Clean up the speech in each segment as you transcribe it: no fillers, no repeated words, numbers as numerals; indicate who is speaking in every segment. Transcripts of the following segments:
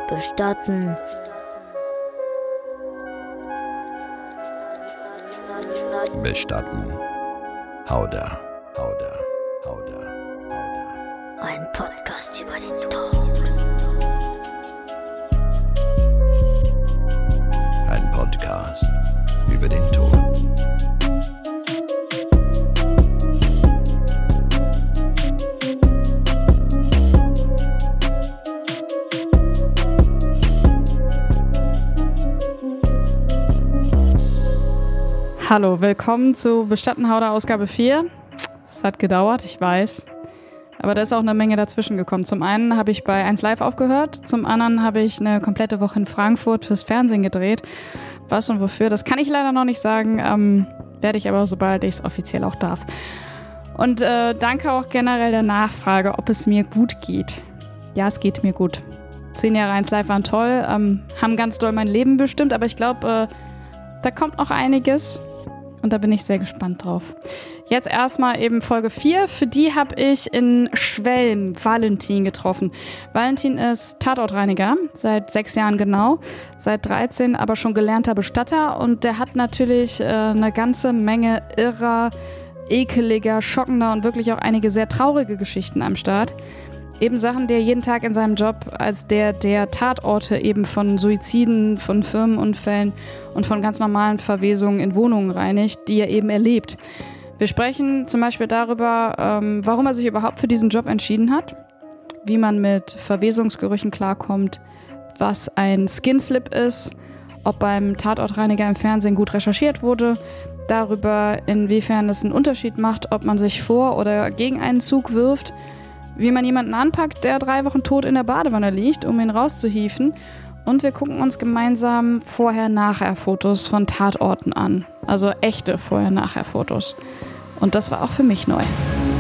Speaker 1: Bestatten.
Speaker 2: Bestatten. Hauda.
Speaker 1: Ein Podcast über den Tod.
Speaker 2: Ein Podcast über den Tod.
Speaker 3: Hallo, willkommen zu Bestatten Hauda Ausgabe 4. Es hat gedauert, ich weiß. Aber da ist auch eine Menge dazwischen gekommen. Zum einen habe ich bei 1 Live aufgehört, zum anderen habe ich eine komplette Woche in Frankfurt fürs Fernsehen gedreht. Was und wofür, das kann ich leider noch nicht sagen, werde ich aber, sobald ich es offiziell auch darf. Und danke auch generell der Nachfrage, ob es mir gut geht. Ja, es geht mir gut. 10 Jahre 1 Live waren toll, haben ganz doll mein Leben bestimmt, aber ich glaube, da kommt noch einiges. Und da bin ich sehr gespannt drauf. Jetzt erstmal eben Folge 4. Für die habe ich in Schwelm Valentin getroffen. Valentin ist Tatortreiniger, seit 6 Jahren genau. Seit 13 aber schon gelernter Bestatter. Und der hat natürlich eine ganze Menge irrer, ekeliger, schockender und wirklich auch einige sehr traurige Geschichten am Start. Eben Sachen, die er jeden Tag in seinem Job als der Tatorte eben von Suiziden, von Firmenunfällen und von ganz normalen Verwesungen in Wohnungen reinigt, die er eben erlebt. Wir sprechen zum Beispiel darüber, warum er sich überhaupt für diesen Job entschieden hat, wie man mit Verwesungsgerüchen klarkommt, was ein Skinslip ist, ob beim Tatortreiniger im Fernsehen gut recherchiert wurde, darüber, inwiefern es einen Unterschied macht, ob man sich vor oder gegen einen Zug wirft, wie man jemanden anpackt, der 3 Wochen tot in der Badewanne liegt, um ihn rauszuhieven. Und wir gucken uns gemeinsam Vorher-Nachher-Fotos von Tatorten an. Also echte Vorher-Nachher-Fotos. Und das war auch für mich neu.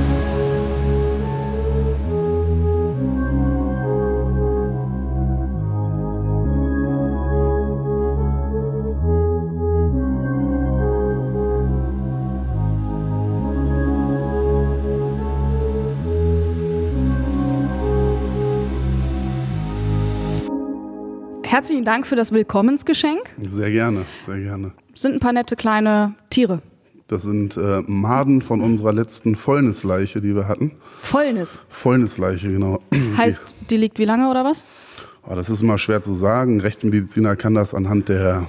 Speaker 3: Herzlichen Dank für das Willkommensgeschenk.
Speaker 4: Sehr gerne, sehr gerne.
Speaker 3: Sind ein paar nette kleine Tiere.
Speaker 4: Das sind Maden von unserer letzten Fäulnisleiche, die wir hatten.
Speaker 3: Fäulnis?
Speaker 4: Fäulnisleiche, genau.
Speaker 3: Heißt, die liegt wie lange oder was?
Speaker 4: Das ist immer schwer zu sagen. Ein Rechtsmediziner kann das anhand der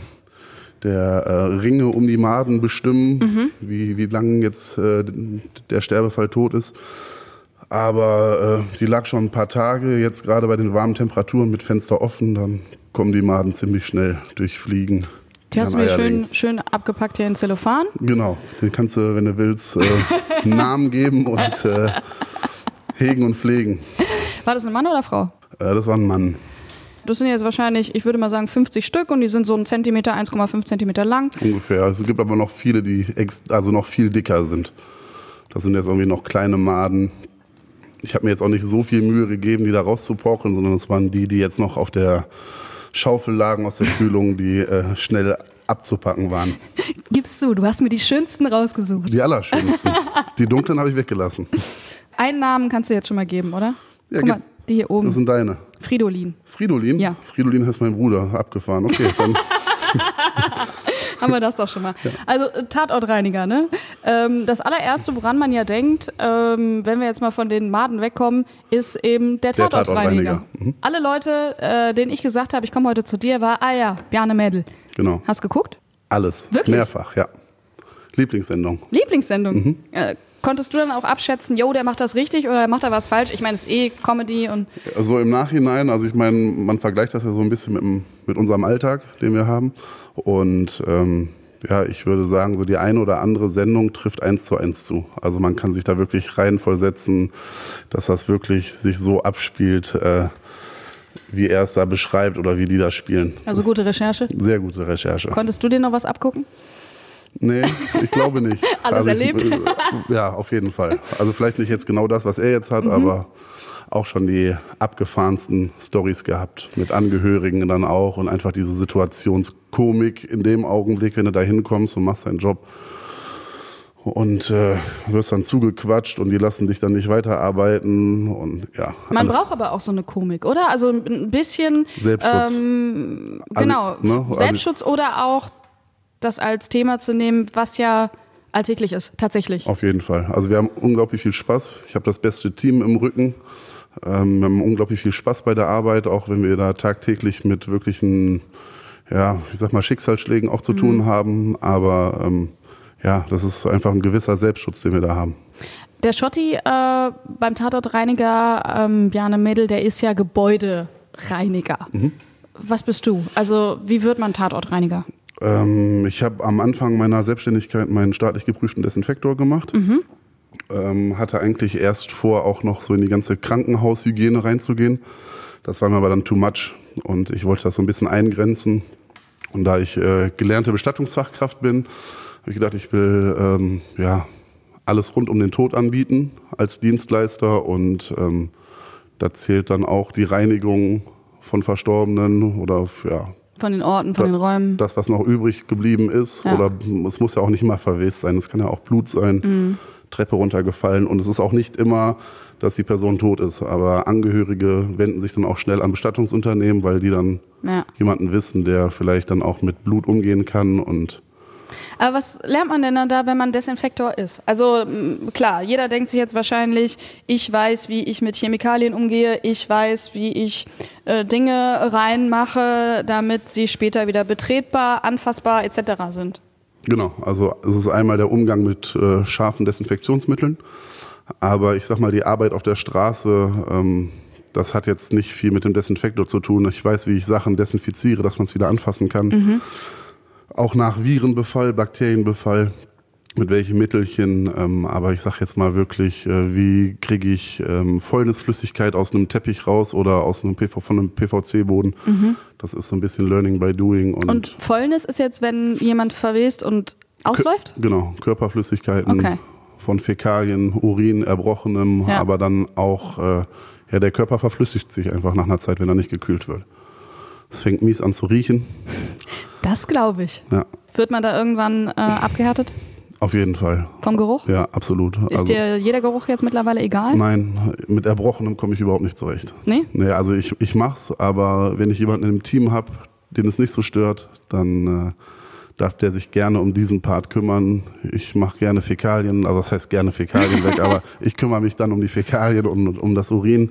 Speaker 4: Ringe um die Maden bestimmen, wie lang jetzt der Sterbefall tot ist. Aber die lag schon ein paar Tage, jetzt gerade bei den warmen Temperaturen mit Fenster offen, dann kommen die Maden ziemlich schnell durch Fliegen.
Speaker 3: Die hast du mir schön abgepackt hier in Zellophan. Genau,
Speaker 4: den kannst du, wenn du willst, einen Namen geben und hegen und pflegen.
Speaker 3: War das ein Mann oder Frau?
Speaker 4: Das war ein Mann.
Speaker 3: Das sind jetzt wahrscheinlich, ich würde mal sagen, 50 Stück und die sind so 1 Zentimeter, 1,5 Zentimeter lang.
Speaker 4: Ungefähr. Es gibt aber noch viele, die noch viel dicker sind. Das sind jetzt irgendwie noch kleine Maden. Ich habe mir jetzt auch nicht so viel Mühe gegeben, die da rauszuporkeln, sondern es waren die jetzt noch auf der Schaufel lagen aus der Kühlung, die schnell abzupacken waren.
Speaker 3: Gibst du hast mir die schönsten rausgesucht.
Speaker 4: Die allerschönsten. Die dunklen habe ich weggelassen.
Speaker 3: Einen Namen kannst du jetzt schon mal geben, oder?
Speaker 4: Ja,
Speaker 3: guck mal, die hier oben.
Speaker 4: Das sind deine.
Speaker 3: Fridolin.
Speaker 4: Fridolin?
Speaker 3: Ja.
Speaker 4: Fridolin heißt mein Bruder, abgefahren. Okay, dann...
Speaker 3: Haben wir das doch schon mal. Ja. Also Tatortreiniger, ne? Das allererste, woran man ja denkt, wenn wir jetzt mal von den Maden wegkommen, ist eben der Tatortreiniger. Alle Leute, denen ich gesagt habe, ich komme heute zu dir, war, Bjarne Mädel.
Speaker 4: Genau.
Speaker 3: Hast du geguckt?
Speaker 4: Alles.
Speaker 3: Wirklich?
Speaker 4: Mehrfach, ja. Lieblingssendung.
Speaker 3: Konntest du dann auch abschätzen, der macht das richtig oder der macht da was falsch? Ich meine, es ist Comedy und...
Speaker 4: Also im Nachhinein, also ich meine, man vergleicht das ja so ein bisschen mit unserem Alltag, den wir haben. Und ich würde sagen, so die eine oder andere Sendung trifft 1:1 zu. Also man kann sich da wirklich reinversetzen, dass das wirklich sich so abspielt, wie er es da beschreibt oder wie die das spielen.
Speaker 3: Also gute Recherche?
Speaker 4: Sehr gute Recherche.
Speaker 3: Konntest du dir noch was abgucken?
Speaker 4: Nee, ich glaube nicht.
Speaker 3: Alles erlebt?
Speaker 4: Ja, auf jeden Fall. Also vielleicht nicht jetzt genau das, was er jetzt hat, aber auch schon die abgefahrensten Storys gehabt. Mit Angehörigen dann auch und einfach diese Situationskomik in dem Augenblick, wenn du da hinkommst und machst deinen Job. und wirst dann zugequatscht und die lassen dich dann nicht weiterarbeiten und ja.
Speaker 3: Man braucht aber auch so eine Komik, oder? Also ein bisschen
Speaker 4: Selbstschutz.
Speaker 3: Genau,
Speaker 4: ne,
Speaker 3: Selbstschutz oder auch das als Thema zu nehmen, was ja alltäglich ist, tatsächlich.
Speaker 4: Auf jeden Fall. Also wir haben unglaublich viel Spaß. Ich habe das beste Team im Rücken. Wir haben unglaublich viel Spaß bei der Arbeit, auch wenn wir da tagtäglich mit wirklichen, ja, ich sag mal, Schicksalsschlägen auch zu tun haben. Aber ja, das ist einfach ein gewisser Selbstschutz, den wir da haben.
Speaker 3: Der Schotti beim Tatortreiniger, Bjarne Mädel, der ist ja Gebäudereiniger. Was bist du? Also wie wird man Tatortreiniger?
Speaker 4: Ich habe am Anfang meiner Selbstständigkeit meinen staatlich geprüften Desinfektor gemacht. Hatte eigentlich erst vor, auch noch so in die ganze Krankenhaushygiene reinzugehen. Das war mir aber dann too much und ich wollte das so ein bisschen eingrenzen. Und da ich gelernte Bestattungsfachkraft bin, habe ich gedacht, ich will ja alles rund um den Tod anbieten als Dienstleister und da zählt dann auch die Reinigung von Verstorbenen oder ja.
Speaker 3: Von den Orten, von den Räumen.
Speaker 4: Das, was noch übrig geblieben ist. Ja. Oder es muss ja auch nicht immer verwest sein. Es kann ja auch Blut sein, Treppe runtergefallen. Und es ist auch nicht immer, dass die Person tot ist. Aber Angehörige wenden sich dann auch schnell an Bestattungsunternehmen, weil die dann jemanden wissen, der vielleicht dann auch mit Blut umgehen kann.
Speaker 3: Aber was lernt man denn dann da, wenn man Desinfektor ist? Also klar, jeder denkt sich jetzt wahrscheinlich, ich weiß, wie ich mit Chemikalien umgehe, ich weiß, wie ich Dinge reinmache, damit sie später wieder betretbar, anfassbar etc. sind.
Speaker 4: Genau, also es ist einmal der Umgang mit scharfen Desinfektionsmitteln, aber ich sag mal, die Arbeit auf der Straße, das hat jetzt nicht viel mit dem Desinfektor zu tun. Ich weiß, wie ich Sachen desinfiziere, dass man es wieder anfassen kann. Auch nach Virenbefall, Bakterienbefall, mit welchen Mittelchen. Aber ich sag jetzt mal wirklich, wie kriege ich Fäulnisflüssigkeit aus einem Teppich raus oder aus einem von einem PVC-Boden. Das ist so ein bisschen Learning by Doing.
Speaker 3: Und Fäulnis ist jetzt, wenn jemand verwest und ausläuft?
Speaker 4: Genau, Körperflüssigkeiten von Fäkalien, Urin, Erbrochenem, aber dann auch, der Körper verflüssigt sich einfach nach einer Zeit, wenn er nicht gekühlt wird. Es fängt mies an zu riechen.
Speaker 3: Das glaube ich. Ja. Wird man da irgendwann abgehärtet?
Speaker 4: Auf jeden Fall.
Speaker 3: Vom Geruch?
Speaker 4: Ja, absolut.
Speaker 3: Ist dir jeder Geruch jetzt mittlerweile egal?
Speaker 4: Nein, mit Erbrochenem komme ich überhaupt nicht zurecht.
Speaker 3: Nee?
Speaker 4: Nee, also ich mach's, aber wenn ich jemanden im Team habe, den es nicht so stört, dann darf der sich gerne um diesen Part kümmern. Ich mache gerne Fäkalien, also das heißt gerne Fäkalien weg, aber ich kümmere mich dann um die Fäkalien und um das Urin.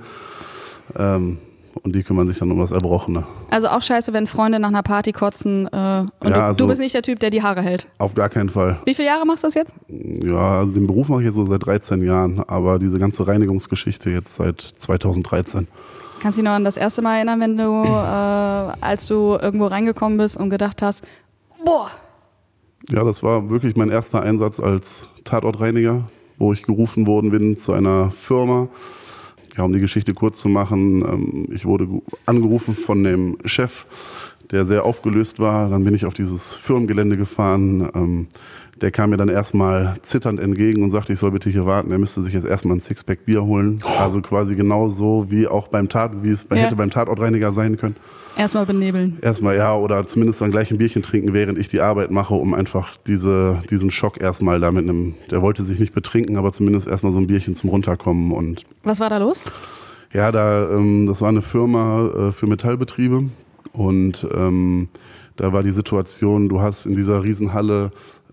Speaker 4: Und die kümmern sich dann um das Erbrochene.
Speaker 3: Also auch scheiße, wenn Freunde nach einer Party kotzen und du bist nicht der Typ, der die Haare hält?
Speaker 4: Auf gar keinen Fall.
Speaker 3: Wie viele Jahre machst du das jetzt?
Speaker 4: Ja, also den Beruf mache ich jetzt so seit 13 Jahren, aber diese ganze Reinigungsgeschichte jetzt seit 2013.
Speaker 3: Kannst du dich noch an das erste Mal erinnern, wenn du, als du irgendwo reingekommen bist und gedacht hast, boah.
Speaker 4: Ja, das war wirklich mein erster Einsatz als Tatortreiniger, wo ich gerufen worden bin zu einer Firma. Ja, um die Geschichte kurz zu machen, ich wurde angerufen von dem Chef, der sehr aufgelöst war. Dann bin ich auf dieses Firmengelände gefahren. Der kam mir dann erstmal zitternd entgegen und sagte, ich soll bitte hier warten. Er müsste sich jetzt erstmal ein Sixpack Bier holen. Also quasi genauso wie auch wie es hätte beim Tatortreiniger sein können.
Speaker 3: Erstmal benebeln.
Speaker 4: Erstmal, ja, oder zumindest dann gleich ein Bierchen trinken, während ich die Arbeit mache, um einfach diesen Schock erstmal da mit der wollte sich nicht betrinken, aber zumindest erstmal so ein Bierchen zum Runterkommen. Und
Speaker 3: was war da los?
Speaker 4: Ja, das war eine Firma für Metallbetriebe und da war die Situation, du hast in dieser Riesenhalle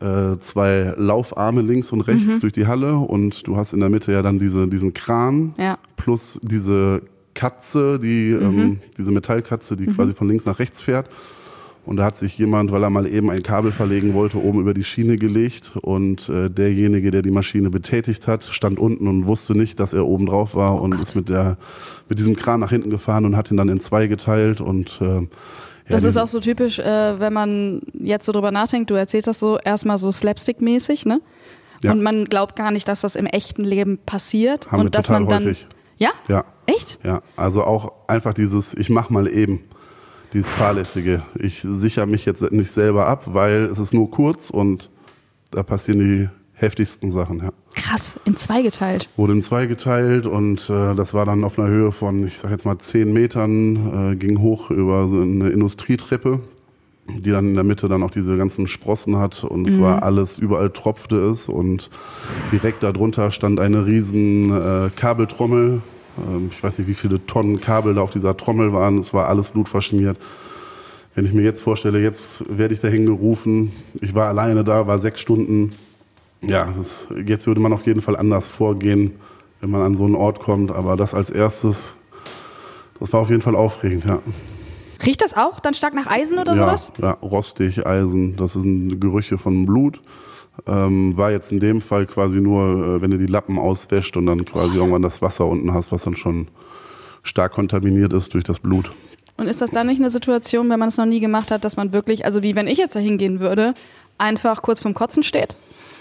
Speaker 4: 2 Laufarme links und rechts durch die Halle und du hast in der Mitte ja dann diesen Kran plus diese Katze, diese Metallkatze, die quasi von links nach rechts fährt. Und da hat sich jemand, weil er mal eben ein Kabel verlegen wollte, oben über die Schiene gelegt. Und derjenige, der die Maschine betätigt hat, stand unten und wusste nicht, dass er oben drauf war und ist mit diesem Kran nach hinten gefahren und hat ihn dann in 2 geteilt. Und
Speaker 3: das ist auch so typisch, wenn man jetzt so drüber nachdenkt, du erzählst das so erstmal so slapstick-mäßig, ne? Ja. Und man glaubt gar nicht, dass das im echten Leben passiert.
Speaker 4: Haben
Speaker 3: und
Speaker 4: wir
Speaker 3: dass
Speaker 4: total
Speaker 3: man dann
Speaker 4: häufig.
Speaker 3: Ja?
Speaker 4: Ja.
Speaker 3: Echt?
Speaker 4: Ja, also auch einfach ich mach mal eben, dieses Fahrlässige. Ich sichere mich jetzt nicht selber ab, weil es ist nur kurz und da passieren die heftigsten Sachen, ja.
Speaker 3: Krass, in 2 geteilt.
Speaker 4: Wurde in 2 geteilt und das war dann auf einer Höhe von, ich sag jetzt mal 10 Metern, ging hoch über so eine Industrietreppe die dann in der Mitte dann auch diese ganzen Sprossen hat und es war alles, überall tropfte es und direkt darunter stand eine riesen Kabeltrommel. Ich weiß nicht, wie viele Tonnen Kabel da auf dieser Trommel waren, es war alles blutverschmiert. Wenn ich mir jetzt vorstelle, jetzt werde ich dahin gerufen, ich war alleine da, war 6 Stunden, ja, jetzt würde man auf jeden Fall anders vorgehen, wenn man an so einen Ort kommt, aber das als erstes, das war auf jeden Fall aufregend, ja.
Speaker 3: Riecht das auch dann stark nach Eisen oder sowas?
Speaker 4: Ja, rostig, Eisen, das sind Gerüche von Blut. War jetzt in dem Fall quasi nur, wenn du die Lappen auswäscht und dann quasi irgendwann das Wasser unten hast, was dann schon stark kontaminiert ist durch das Blut.
Speaker 3: Und ist das dann nicht eine Situation, wenn man es noch nie gemacht hat, dass man wirklich, also wie wenn ich jetzt da hingehen würde, einfach kurz vorm Kotzen steht?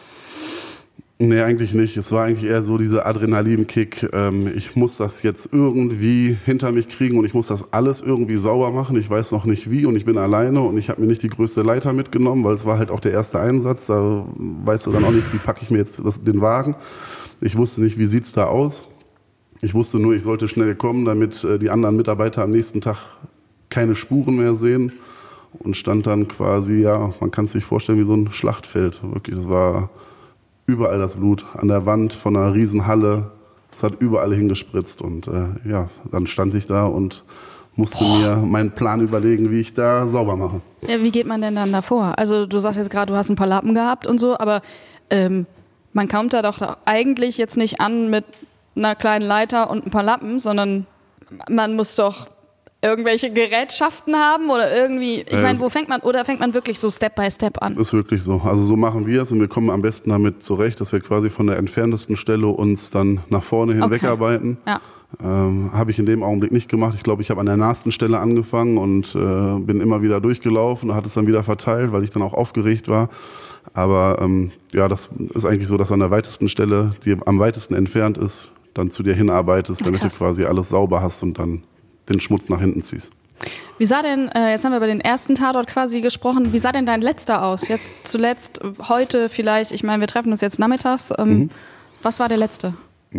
Speaker 4: Nee, eigentlich nicht. Es war eigentlich eher so dieser Adrenalinkick. Ich muss das jetzt irgendwie hinter mich kriegen und ich muss das alles irgendwie sauber machen. Ich weiß noch nicht wie und ich bin alleine und ich habe mir nicht die größte Leiter mitgenommen, weil es war halt auch der erste Einsatz. Da weißt du dann auch nicht, wie packe ich mir jetzt den Wagen. Ich wusste nicht, wie sieht's da aus. Ich wusste nur, ich sollte schnell kommen, damit die anderen Mitarbeiter am nächsten Tag keine Spuren mehr sehen. Und stand dann quasi, ja, man kann es sich vorstellen wie so ein Schlachtfeld. Wirklich, das war überall das Blut. An der Wand von einer Riesenhalle. Es hat überall hingespritzt. Und ja, dann stand ich da und musste mir meinen Plan überlegen, wie ich da sauber mache.
Speaker 3: Ja, wie geht man denn dann davor? Also du sagst jetzt gerade, du hast ein paar Lappen gehabt und so, aber man kommt da doch eigentlich jetzt nicht an mit einer kleinen Leiter und ein paar Lappen, sondern man muss doch irgendwelche Gerätschaften haben oder irgendwie, ich meine, wo fängt man, oder fängt man wirklich so Step by Step an?
Speaker 4: Ist wirklich so. Also so machen wir es und wir kommen am besten damit zurecht, dass wir quasi von der entferntesten Stelle uns dann nach vorne hin wegarbeiten. Ja. Habe ich in dem Augenblick nicht gemacht. Ich glaube, ich habe an der nahesten Stelle angefangen und bin immer wieder durchgelaufen und hatte es dann wieder verteilt, weil ich dann auch aufgeregt war. Aber ja, das ist eigentlich so, dass an der weitesten Stelle, die am weitesten entfernt ist, dann zu dir hinarbeitest, damit du quasi alles sauber hast und dann den Schmutz nach hinten ziehst.
Speaker 3: Wie sah denn, jetzt haben wir über den ersten Tatort quasi gesprochen, wie sah denn dein letzter aus? Jetzt zuletzt, heute vielleicht, ich meine, wir treffen uns jetzt nachmittags. Was war der letzte?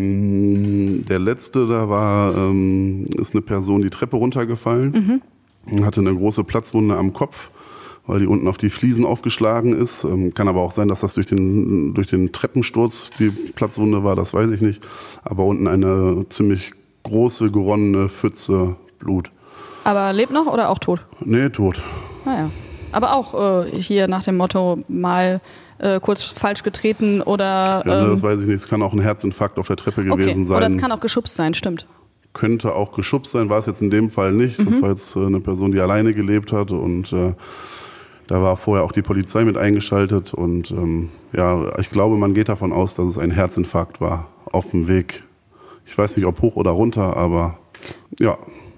Speaker 4: Der letzte, da war, ist eine Person die Treppe runtergefallen, hatte eine große Platzwunde am Kopf, weil die unten auf die Fliesen aufgeschlagen ist. Kann aber auch sein, dass das durch den Treppensturz die Platzwunde war, das weiß ich nicht. Aber unten eine ziemlich große, geronnene Pfütze Blut.
Speaker 3: Aber lebt noch oder auch tot?
Speaker 4: Nee, tot.
Speaker 3: Naja. Aber auch hier nach dem Motto mal kurz falsch getreten oder...
Speaker 4: Ja, das weiß ich nicht. Es kann auch ein Herzinfarkt auf der Treppe gewesen sein.
Speaker 3: Oder es kann auch geschubst sein, stimmt.
Speaker 4: Könnte auch geschubst sein, war es jetzt in dem Fall nicht. Das war jetzt eine Person, die alleine gelebt hat und da war vorher auch die Polizei mit eingeschaltet und ja, ich glaube, man geht davon aus, dass es ein Herzinfarkt war auf dem Weg. Ich weiß nicht, ob hoch oder runter, aber ja.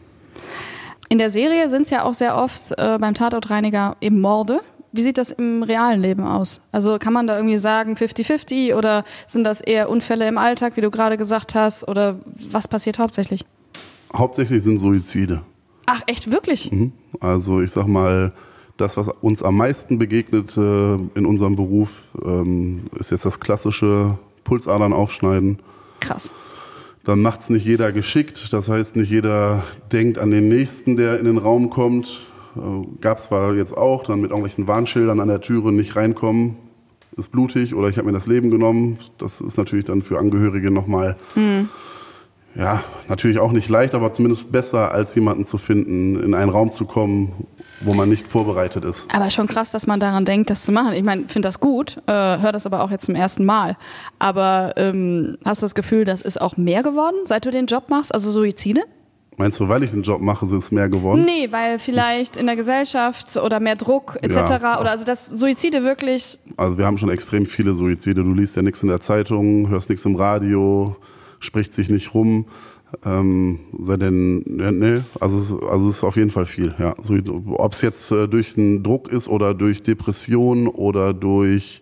Speaker 3: In der Serie sind es ja auch sehr oft beim Tatortreiniger eben Morde. Wie sieht das im realen Leben aus? Also kann man da irgendwie sagen 50-50 oder sind das eher Unfälle im Alltag, wie du gerade gesagt hast? Oder was passiert hauptsächlich?
Speaker 4: Hauptsächlich sind Suizide.
Speaker 3: Ach, echt, wirklich?
Speaker 4: Also ich sag mal, das, was uns am meisten begegnet in unserem Beruf, ist jetzt das klassische Pulsadern aufschneiden.
Speaker 3: Krass.
Speaker 4: Dann macht's nicht jeder geschickt. Das heißt, nicht jeder denkt an den Nächsten, der in den Raum kommt. Gab's zwar jetzt auch, dann mit irgendwelchen Warnschildern an der Türe nicht reinkommen, ist blutig oder ich habe mir das Leben genommen. Das ist natürlich dann für Angehörige nochmal, ja, natürlich auch nicht leicht, aber zumindest besser, als jemanden zu finden, in einen Raum zu kommen, wo man nicht vorbereitet ist.
Speaker 3: Aber schon krass, dass man daran denkt, das zu machen. Ich meine, finde das gut, höre das aber auch jetzt zum ersten Mal. Aber hast du das Gefühl, das ist auch mehr geworden, seit du den Job machst, also Suizide?
Speaker 4: Meinst du, weil ich den Job mache, ist es mehr geworden?
Speaker 3: Nee, weil vielleicht in der Gesellschaft oder mehr Druck etc.
Speaker 4: Ja,
Speaker 3: oder also dass Suizide wirklich...
Speaker 4: Also wir haben schon extrem viele Suizide. Du liest ja nichts in der Zeitung, hörst nichts im Radio, spricht sich nicht rum. Nee, also es ist auf jeden Fall viel. Ja. Ob es jetzt durch den Druck ist oder durch Depression oder durch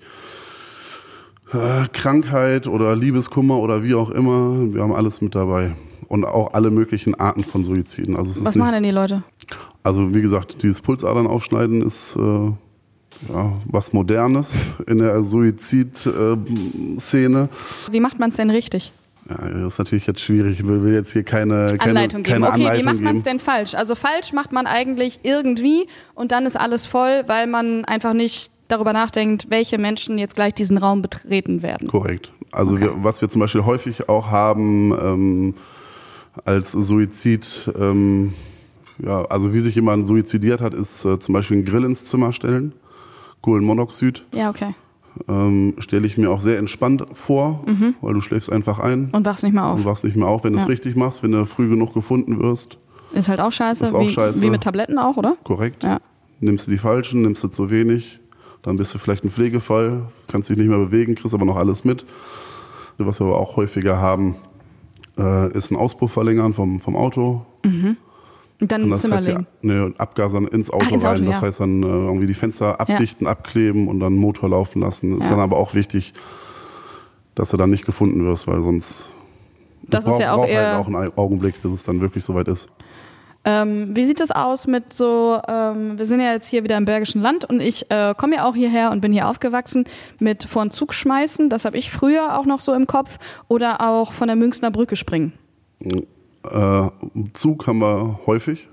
Speaker 4: Krankheit oder Liebeskummer oder wie auch immer, wir haben alles mit dabei. Und auch alle möglichen Arten von Suiziden. Also
Speaker 3: was machen denn die Leute?
Speaker 4: Also wie gesagt, dieses Pulsadern aufschneiden ist ja, was Modernes in der Suizidszene.
Speaker 3: Wie macht man es denn richtig?
Speaker 4: Ja, das ist natürlich jetzt schwierig. Ich will jetzt hier keine
Speaker 3: Anleitung geben.
Speaker 4: Keine
Speaker 3: Okay,
Speaker 4: Anleitung
Speaker 3: wie macht man es
Speaker 4: geben.
Speaker 3: denn falsch? Also falsch macht man eigentlich irgendwie und dann ist alles voll, weil man einfach nicht darüber nachdenkt, welche Menschen jetzt gleich diesen Raum betreten werden.
Speaker 4: Korrekt. Also was wir zum Beispiel häufig auch haben als Suizid, also wie sich jemand suizidiert hat, ist zum Beispiel einen Grill ins Zimmer stellen, Kohlenmonoxid.
Speaker 3: Ja, okay.
Speaker 4: Stelle ich mir auch sehr entspannt vor, weil du schläfst einfach ein
Speaker 3: Und wachst nicht mehr auf.
Speaker 4: und wachst nicht mehr auf, wenn du es
Speaker 3: Ja.
Speaker 4: richtig machst, wenn du früh genug gefunden wirst.
Speaker 3: Ist halt auch scheiße.
Speaker 4: Ist auch scheiße.
Speaker 3: Wie mit Tabletten auch, oder?
Speaker 4: Korrekt.
Speaker 3: Ja.
Speaker 4: Nimmst du die falschen, nimmst du zu wenig, dann bist du vielleicht ein Pflegefall, kannst dich nicht mehr bewegen, kriegst aber noch alles mit. Was wir aber auch häufiger haben, ist ein Auspuff verlängern vom Auto.
Speaker 3: Und dann ins Zimmer legen.
Speaker 4: Abgas ins Auto
Speaker 3: ins
Speaker 4: rein.
Speaker 3: Auto,
Speaker 4: Das
Speaker 3: ja.
Speaker 4: heißt dann irgendwie die Fenster abdichten, abkleben und dann Motor laufen lassen. Das ist
Speaker 3: Ja.
Speaker 4: dann aber auch wichtig, dass du dann nicht gefunden wirst, weil sonst
Speaker 3: Das ist ja auch
Speaker 4: braucht
Speaker 3: eher.
Speaker 4: halt auch einen Augenblick, bis es dann wirklich soweit ist.
Speaker 3: Wie sieht es aus mit so, wir sind ja jetzt hier wieder im Bergischen Land und ich komme ja auch hierher und bin hier aufgewachsen mit vor den Zug schmeißen, das habe ich früher auch noch so im Kopf, oder auch von der Münchner Brücke springen.
Speaker 4: Zug haben wir häufig.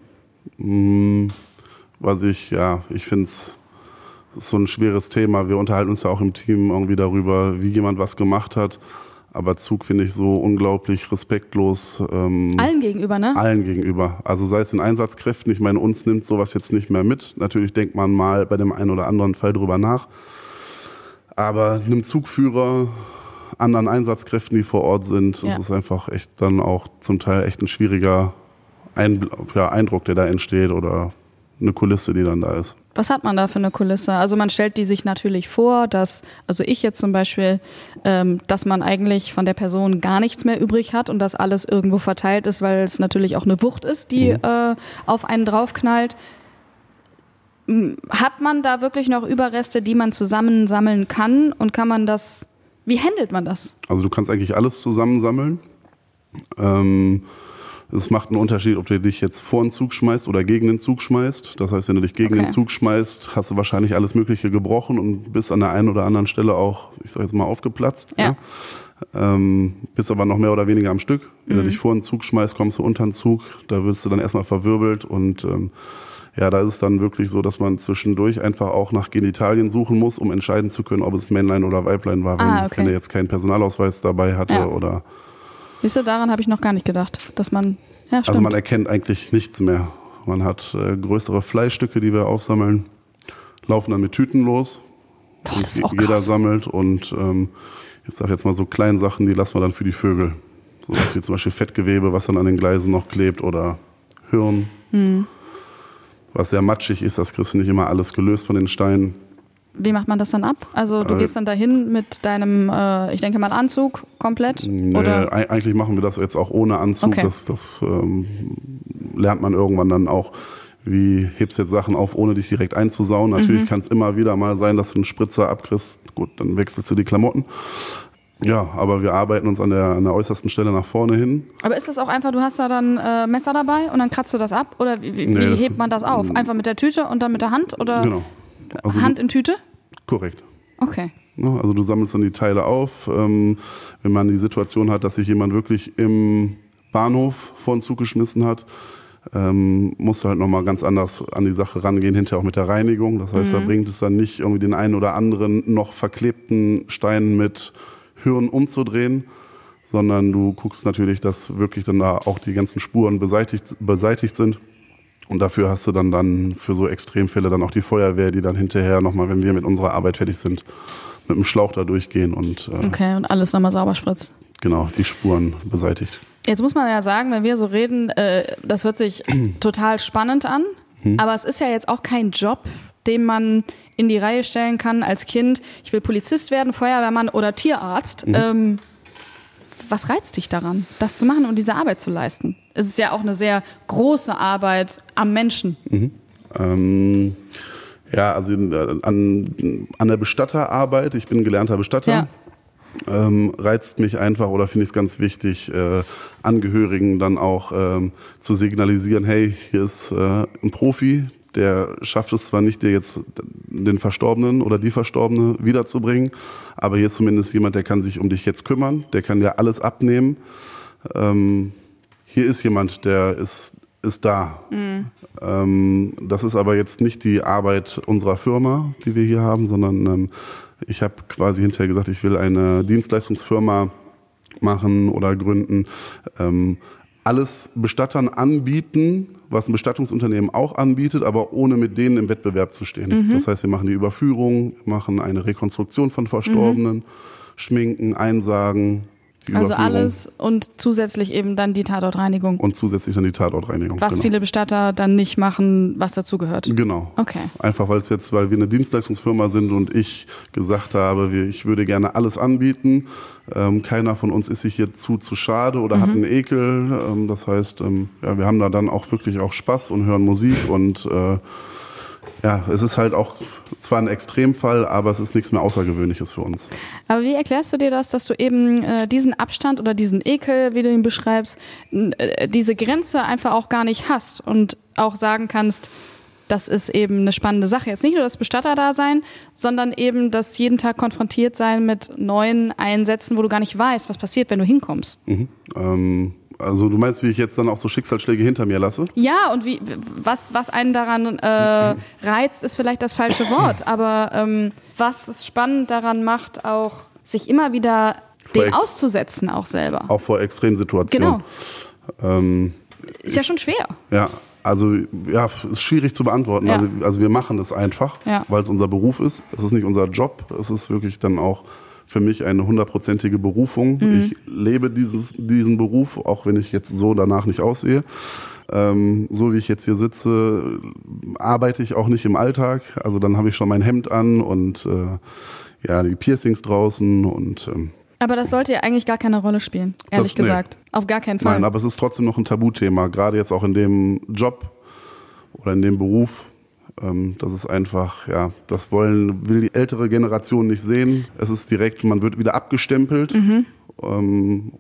Speaker 4: Ich finde es so ein schweres Thema. Wir unterhalten uns ja auch im Team irgendwie darüber, wie jemand was gemacht hat. Aber Zug finde ich so unglaublich respektlos.
Speaker 3: Allen gegenüber, ne?
Speaker 4: Allen gegenüber. Also sei es den Einsatzkräften. Ich meine, uns nimmt sowas jetzt nicht mehr mit. Natürlich denkt man mal bei dem einen oder anderen Fall drüber nach. Aber einem Zugführer, anderen Einsatzkräften, die vor Ort sind,
Speaker 3: Ja.
Speaker 4: das ist einfach echt dann auch zum Teil echt ein schwieriger Eindruck, der da entsteht oder eine Kulisse, die dann da ist.
Speaker 3: Was hat man da für eine Kulisse? Also man stellt die sich natürlich vor, dass, also ich jetzt zum Beispiel, dass man eigentlich von der Person gar nichts mehr übrig hat und dass alles irgendwo verteilt ist, weil es natürlich auch eine Wucht ist, die auf einen draufknallt. Hat man da wirklich noch Überreste, die man zusammensammeln kann und kann man das, wie handelt man das?
Speaker 4: Also du kannst eigentlich alles zusammensammeln. Es macht einen Unterschied, ob du dich jetzt vor den Zug schmeißt oder gegen den Zug schmeißt. Das heißt, wenn du dich gegen den Zug schmeißt, hast du wahrscheinlich alles Mögliche gebrochen und bist an der einen oder anderen Stelle auch, ich sag jetzt mal, aufgeplatzt.
Speaker 3: Ja.
Speaker 4: Bist aber noch mehr oder weniger am Stück. Wenn du dich vor den Zug schmeißt, kommst du unter den Zug. Da wirst du dann erstmal verwirbelt und da ist es dann wirklich so, dass man zwischendurch einfach auch nach Genitalien suchen muss, um entscheiden zu können, ob es Männlein oder Weiblein war, wenn er jetzt keinen Personalausweis dabei hatte oder.
Speaker 3: Siehst du, daran habe ich noch gar nicht gedacht, dass man, ja, stimmt.
Speaker 4: Also man erkennt eigentlich nichts mehr. Man hat größere Fleischstücke, die wir aufsammeln, laufen dann mit Tüten los.
Speaker 3: Boah, das ist
Speaker 4: und
Speaker 3: auch
Speaker 4: jeder
Speaker 3: krass.
Speaker 4: sammelt und jetzt mal so kleine Sachen, die lassen wir dann für die Vögel. So was wie zum Beispiel Fettgewebe, was dann an den Gleisen noch klebt oder Hirn. Was sehr matschig ist, das kriegst du nicht immer alles gelöst von den Steinen.
Speaker 3: Wie macht man das dann ab? Also du gehst dann dahin mit deinem, ich denke mal, Anzug komplett? Oder?
Speaker 4: Eigentlich machen wir das jetzt auch ohne Anzug.
Speaker 3: Okay.
Speaker 4: Das lernt man irgendwann dann auch. Wie hebst du jetzt Sachen auf, ohne dich direkt einzusauen? Natürlich kann es immer wieder mal sein, dass du einen Spritzer abkriegst. Gut, dann wechselst du die Klamotten. Ja, aber wir arbeiten uns an der äußersten Stelle nach vorne hin.
Speaker 3: Aber ist das auch einfach, du hast da dann Messer dabei und dann kratzt du das ab? Oder wie hebt man das auf? Einfach mit der Tüte und dann mit der Hand? Oder
Speaker 4: Genau. Also
Speaker 3: Hand in Tüte?
Speaker 4: Korrekt.
Speaker 3: Okay.
Speaker 4: Ne, also du sammelst dann die Teile auf. Wenn man die Situation hat, dass sich jemand wirklich im Bahnhof vor den Zug geschmissen hat, musst du halt nochmal ganz anders an die Sache rangehen, hinterher auch mit der Reinigung. Das heißt, da bringt es dann nicht irgendwie den einen oder anderen noch verklebten Stein mit Hirn umzudrehen, sondern du guckst natürlich, dass wirklich dann da auch die ganzen Spuren beseitigt sind. Und dafür hast du dann für so Extremfälle dann auch die Feuerwehr, die dann hinterher nochmal, wenn wir mit unserer Arbeit fertig sind, mit dem Schlauch da durchgehen und
Speaker 3: Okay, und alles nochmal sauber spritzt.
Speaker 4: genau die Spuren beseitigt.
Speaker 3: Jetzt muss man ja sagen, wenn wir so reden, das hört sich total spannend an, aber es ist ja jetzt auch kein Job, den man in die Reihe stellen kann als Kind. Ich will Polizist werden, Feuerwehrmann oder Tierarzt. Was reizt dich daran, das zu machen und diese Arbeit zu leisten? Es ist ja auch eine sehr große Arbeit am Menschen.
Speaker 4: Also an der Bestatterarbeit, ich bin gelernter Bestatter, reizt mich einfach oder finde ich es ganz wichtig, Angehörigen dann auch zu signalisieren, hey, hier ist ein Profi, der schafft es zwar nicht, dir jetzt den Verstorbenen oder die Verstorbene wiederzubringen. Aber hier ist zumindest jemand, der kann sich um dich jetzt kümmern, der kann dir alles abnehmen. Hier ist jemand, der ist da. Das ist aber jetzt nicht die Arbeit unserer Firma, die wir hier haben, sondern ich habe quasi hinterher gesagt, ich will eine Dienstleistungsfirma machen oder gründen, alles Bestattern anbieten, was ein Bestattungsunternehmen auch anbietet, aber ohne mit denen im Wettbewerb zu stehen. Das heißt, wir machen die Überführung, machen eine Rekonstruktion von Verstorbenen, Schminken, Einsagen, die
Speaker 3: Also
Speaker 4: Überführung.
Speaker 3: alles und zusätzlich eben dann die Tatortreinigung.
Speaker 4: Und zusätzlich dann die Tatortreinigung.
Speaker 3: Was viele Bestatter dann nicht machen, was dazugehört.
Speaker 4: Genau.
Speaker 3: Okay.
Speaker 4: Einfach weil wir eine Dienstleistungsfirma sind und ich gesagt habe, ich würde gerne alles anbieten. Keiner von uns ist sich hier zu schade oder hat einen Ekel. Das heißt, wir haben da dann auch wirklich auch Spaß und hören Musik und es ist halt auch zwar ein Extremfall, aber es ist nichts mehr Außergewöhnliches für uns.
Speaker 3: Aber wie erklärst du dir das, dass du eben diesen Abstand oder diesen Ekel, wie du ihn beschreibst, diese Grenze einfach auch gar nicht hast und auch sagen kannst, das ist eben eine spannende Sache. Jetzt nicht nur das Bestatterdasein, sondern eben das jeden Tag konfrontiert sein mit neuen Einsätzen, wo du gar nicht weißt, was passiert, wenn du hinkommst.
Speaker 4: Also du meinst, wie ich jetzt dann auch so Schicksalsschläge hinter mir lasse?
Speaker 3: Ja, und was einen daran reizt, ist vielleicht das falsche Wort. Aber was es spannend daran macht, auch sich immer wieder dem auszusetzen, auch selber.
Speaker 4: Auch vor Extremsituationen.
Speaker 3: Genau. Ist ja schon schwer.
Speaker 4: Ja, also ist schwierig zu beantworten.
Speaker 3: Ja.
Speaker 4: Also wir machen das einfach, weil es unser Beruf ist. Es ist nicht unser Job. Es ist wirklich dann auch für mich eine 100%ige Berufung. Ich lebe diesen Beruf, auch wenn ich jetzt so danach nicht aussehe. So wie ich jetzt hier sitze, arbeite ich auch nicht im Alltag. Also dann habe ich schon mein Hemd an und die Piercings draußen und
Speaker 3: aber das sollte ja eigentlich gar keine Rolle spielen, ehrlich gesagt. Auf gar keinen Fall.
Speaker 4: Nein, aber es ist trotzdem noch ein Tabuthema, gerade jetzt auch in dem Job oder in dem Beruf. Das ist einfach, will die ältere Generation nicht sehen. Es ist direkt, man wird wieder abgestempelt, und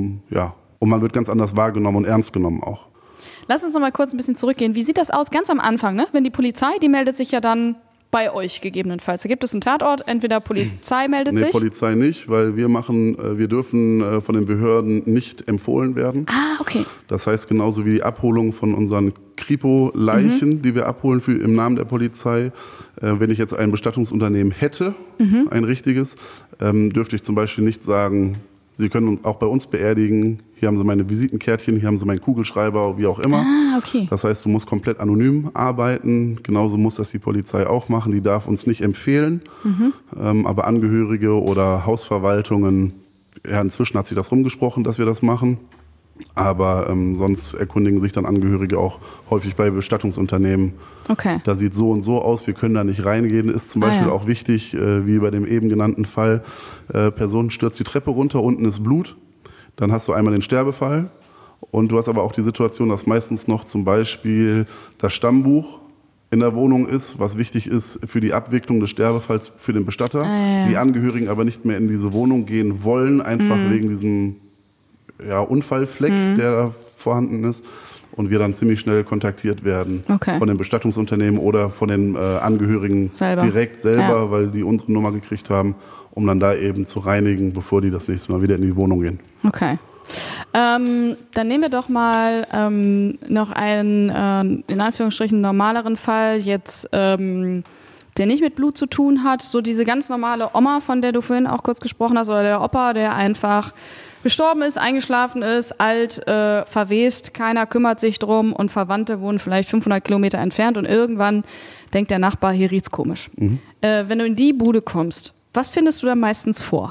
Speaker 4: man wird ganz anders wahrgenommen und ernst genommen auch.
Speaker 3: Lass uns noch mal kurz ein bisschen zurückgehen. Wie sieht das aus ganz am Anfang, ne? Wenn die Polizei, die meldet sich ja dann bei euch gegebenenfalls. Da gibt es einen Tatort, entweder Polizei meldet sich.
Speaker 4: Nee, Polizei nicht, weil wir dürfen von den Behörden nicht empfohlen werden.
Speaker 3: Ah, okay.
Speaker 4: Das heißt, genauso wie die Abholung von unseren Kripo-Leichen, die wir abholen im Namen der Polizei. Wenn ich jetzt ein Bestattungsunternehmen hätte, ein richtiges, dürfte ich zum Beispiel nicht sagen, Sie können auch bei uns beerdigen, hier haben Sie meine Visitenkärtchen, hier haben Sie meinen Kugelschreiber, wie auch immer.
Speaker 3: Ah, okay.
Speaker 4: Das heißt, du musst komplett anonym arbeiten. Genauso muss das die Polizei auch machen. Die darf uns nicht empfehlen. Aber Angehörige oder Hausverwaltungen, inzwischen hat sich das rumgesprochen, dass wir das machen. Aber sonst erkundigen sich dann Angehörige auch häufig bei Bestattungsunternehmen.
Speaker 3: Okay.
Speaker 4: Da sieht so und so aus, wir können da nicht reingehen. Ist zum Beispiel auch wichtig, wie bei dem eben genannten Fall, Person stürzt die Treppe runter, unten ist Blut. Dann hast du einmal den Sterbefall und du hast aber auch die Situation, dass meistens noch zum Beispiel das Stammbuch in der Wohnung ist, was wichtig ist für die Abwicklung des Sterbefalls für den Bestatter. Die Angehörigen aber nicht mehr in diese Wohnung gehen wollen, einfach wegen diesem Unfallfleck, der da vorhanden ist. Und wir dann ziemlich schnell kontaktiert werden von den Bestattungsunternehmen oder von den Angehörigen direkt selber, weil die unsere Nummer gekriegt haben, um dann da eben zu reinigen, bevor die das nächste Mal wieder in die Wohnung gehen.
Speaker 3: Okay. Dann nehmen wir doch mal noch einen, in Anführungsstrichen, normaleren Fall, jetzt, der nicht mit Blut zu tun hat. So diese ganz normale Oma, von der du vorhin auch kurz gesprochen hast, oder der Opa, der einfach gestorben ist, eingeschlafen ist, alt, verwest, keiner kümmert sich drum und Verwandte wohnen vielleicht 500 Kilometer entfernt und irgendwann denkt der Nachbar, hier riecht's komisch. Wenn du in die Bude kommst, was findest du da meistens vor?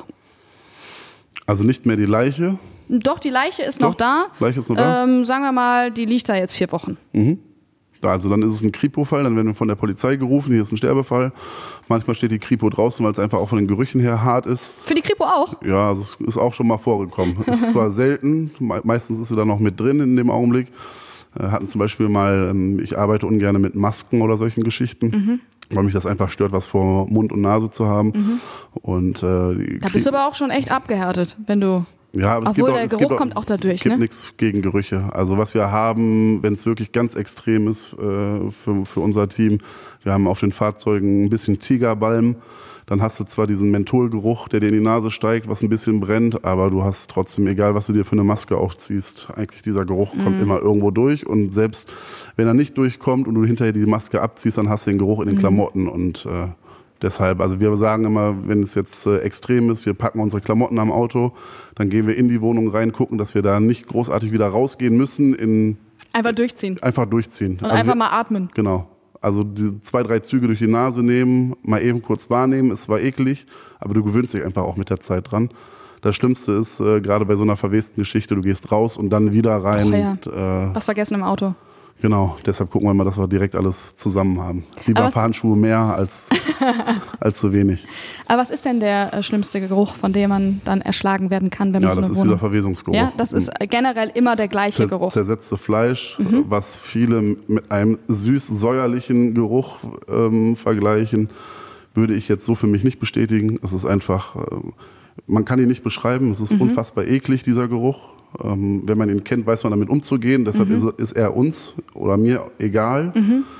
Speaker 4: Also nicht mehr die Leiche?
Speaker 3: Doch, die Leiche ist noch da.
Speaker 4: Leiche ist noch da?
Speaker 3: Sagen wir mal, die liegt da jetzt 4 Wochen.
Speaker 4: Also dann ist es ein Kripo-Fall, dann werden wir von der Polizei gerufen, hier ist ein Sterbefall. Manchmal steht die Kripo draußen, weil es einfach auch von den Gerüchen her hart ist.
Speaker 3: Für die Kripo auch?
Speaker 4: Ja, also es ist auch schon mal vorgekommen. Es ist zwar selten, meistens ist sie da noch mit drin in dem Augenblick. Hatten zum Beispiel mal, ich arbeite ungern mit Masken oder solchen Geschichten, weil mich das einfach stört, was vor Mund und Nase zu haben. Und
Speaker 3: da bist du aber auch schon echt abgehärtet, wenn du
Speaker 4: Ja, aber
Speaker 3: Obwohl der Geruch kommt auch dadurch,
Speaker 4: es gibt
Speaker 3: ne?
Speaker 4: nichts gegen Gerüche. Also was wir haben, wenn es wirklich ganz extrem ist für unser Team, wir haben auf den Fahrzeugen ein bisschen Tigerbalm. Dann hast du zwar diesen Mentholgeruch, der dir in die Nase steigt, was ein bisschen brennt, aber du hast trotzdem, egal was du dir für eine Maske aufziehst, eigentlich dieser Geruch kommt immer irgendwo durch. Und selbst wenn er nicht durchkommt und du hinterher die Maske abziehst, dann hast du den Geruch in den Klamotten. Und deshalb, also wir sagen immer, wenn es jetzt extrem ist, wir packen unsere Klamotten am Auto, dann gehen wir in die Wohnung rein, gucken, dass wir da nicht großartig wieder rausgehen müssen.
Speaker 3: Einfach durchziehen.
Speaker 4: Einfach durchziehen.
Speaker 3: Und einfach mal atmen.
Speaker 4: Genau. Also die 2, 3 Züge durch die Nase nehmen, mal eben kurz wahrnehmen, es war eklig, aber du gewöhnst dich einfach auch mit der Zeit dran. Das Schlimmste ist, gerade bei so einer verwesten Geschichte, du gehst raus und dann wieder rein.
Speaker 3: Och, ja. Was vergessen im Auto.
Speaker 4: Genau, deshalb gucken wir mal, dass wir direkt alles zusammen haben. Lieber ein paar Handschuhe mehr als zu wenig.
Speaker 3: Aber was ist denn der schlimmste Geruch, von dem man dann erschlagen werden kann, wenn man so eine Wohnung...
Speaker 4: Ja, das ist dieser Verwesungsgeruch.
Speaker 3: Ja, das ist generell immer der gleiche Geruch.
Speaker 4: Zersetzte Fleisch, was viele mit einem süß-säuerlichen Geruch vergleichen, würde ich jetzt so für mich nicht bestätigen. Es ist einfach, man kann ihn nicht beschreiben, es ist unfassbar eklig, dieser Geruch. Wenn man ihn kennt, weiß man damit umzugehen. Deshalb ist er uns oder mir egal.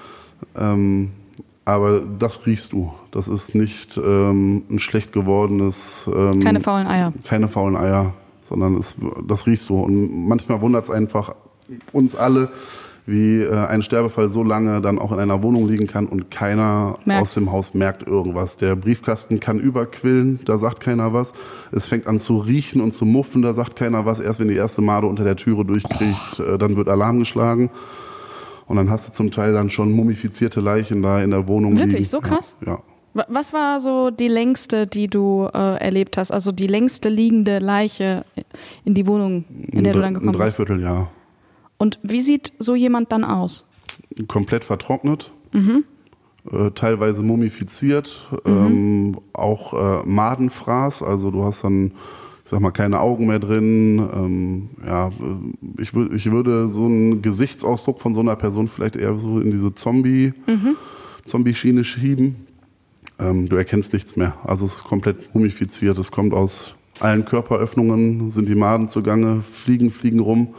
Speaker 4: Aber das riechst du. Das ist nicht ein schlecht gewordenes...
Speaker 3: keine faulen Eier.
Speaker 4: Keine faulen Eier, sondern das riechst du. Und manchmal wundert es einfach uns alle, wie ein Sterbefall so lange dann auch in einer Wohnung liegen kann und keiner aus dem Haus merkt irgendwas. Der Briefkasten kann überquillen, da sagt keiner was. Es fängt an zu riechen und zu muffen, da sagt keiner was. Erst wenn die erste Made unter der Türe durchkriegt, dann wird Alarm geschlagen. Und dann hast du zum Teil dann schon mumifizierte Leichen da in der Wohnung liegen.
Speaker 3: Wirklich? So krass?
Speaker 4: Ja.
Speaker 3: Was war so die längste, die du erlebt hast? Also die längste liegende Leiche in die Wohnung, in der du dann gekommen bist?
Speaker 4: Ein Dreivierteljahr.
Speaker 3: Und wie sieht so jemand dann aus?
Speaker 4: Komplett vertrocknet, teilweise mumifiziert, auch Madenfraß, also du hast dann, ich sag mal, keine Augen mehr drin. Ich würde so einen Gesichtsausdruck von so einer Person vielleicht eher so in diese Zombie-Schiene schieben. Du erkennst nichts mehr, also es ist komplett mumifiziert, es kommt aus allen Körperöffnungen, sind die Maden zugange, fliegen rum.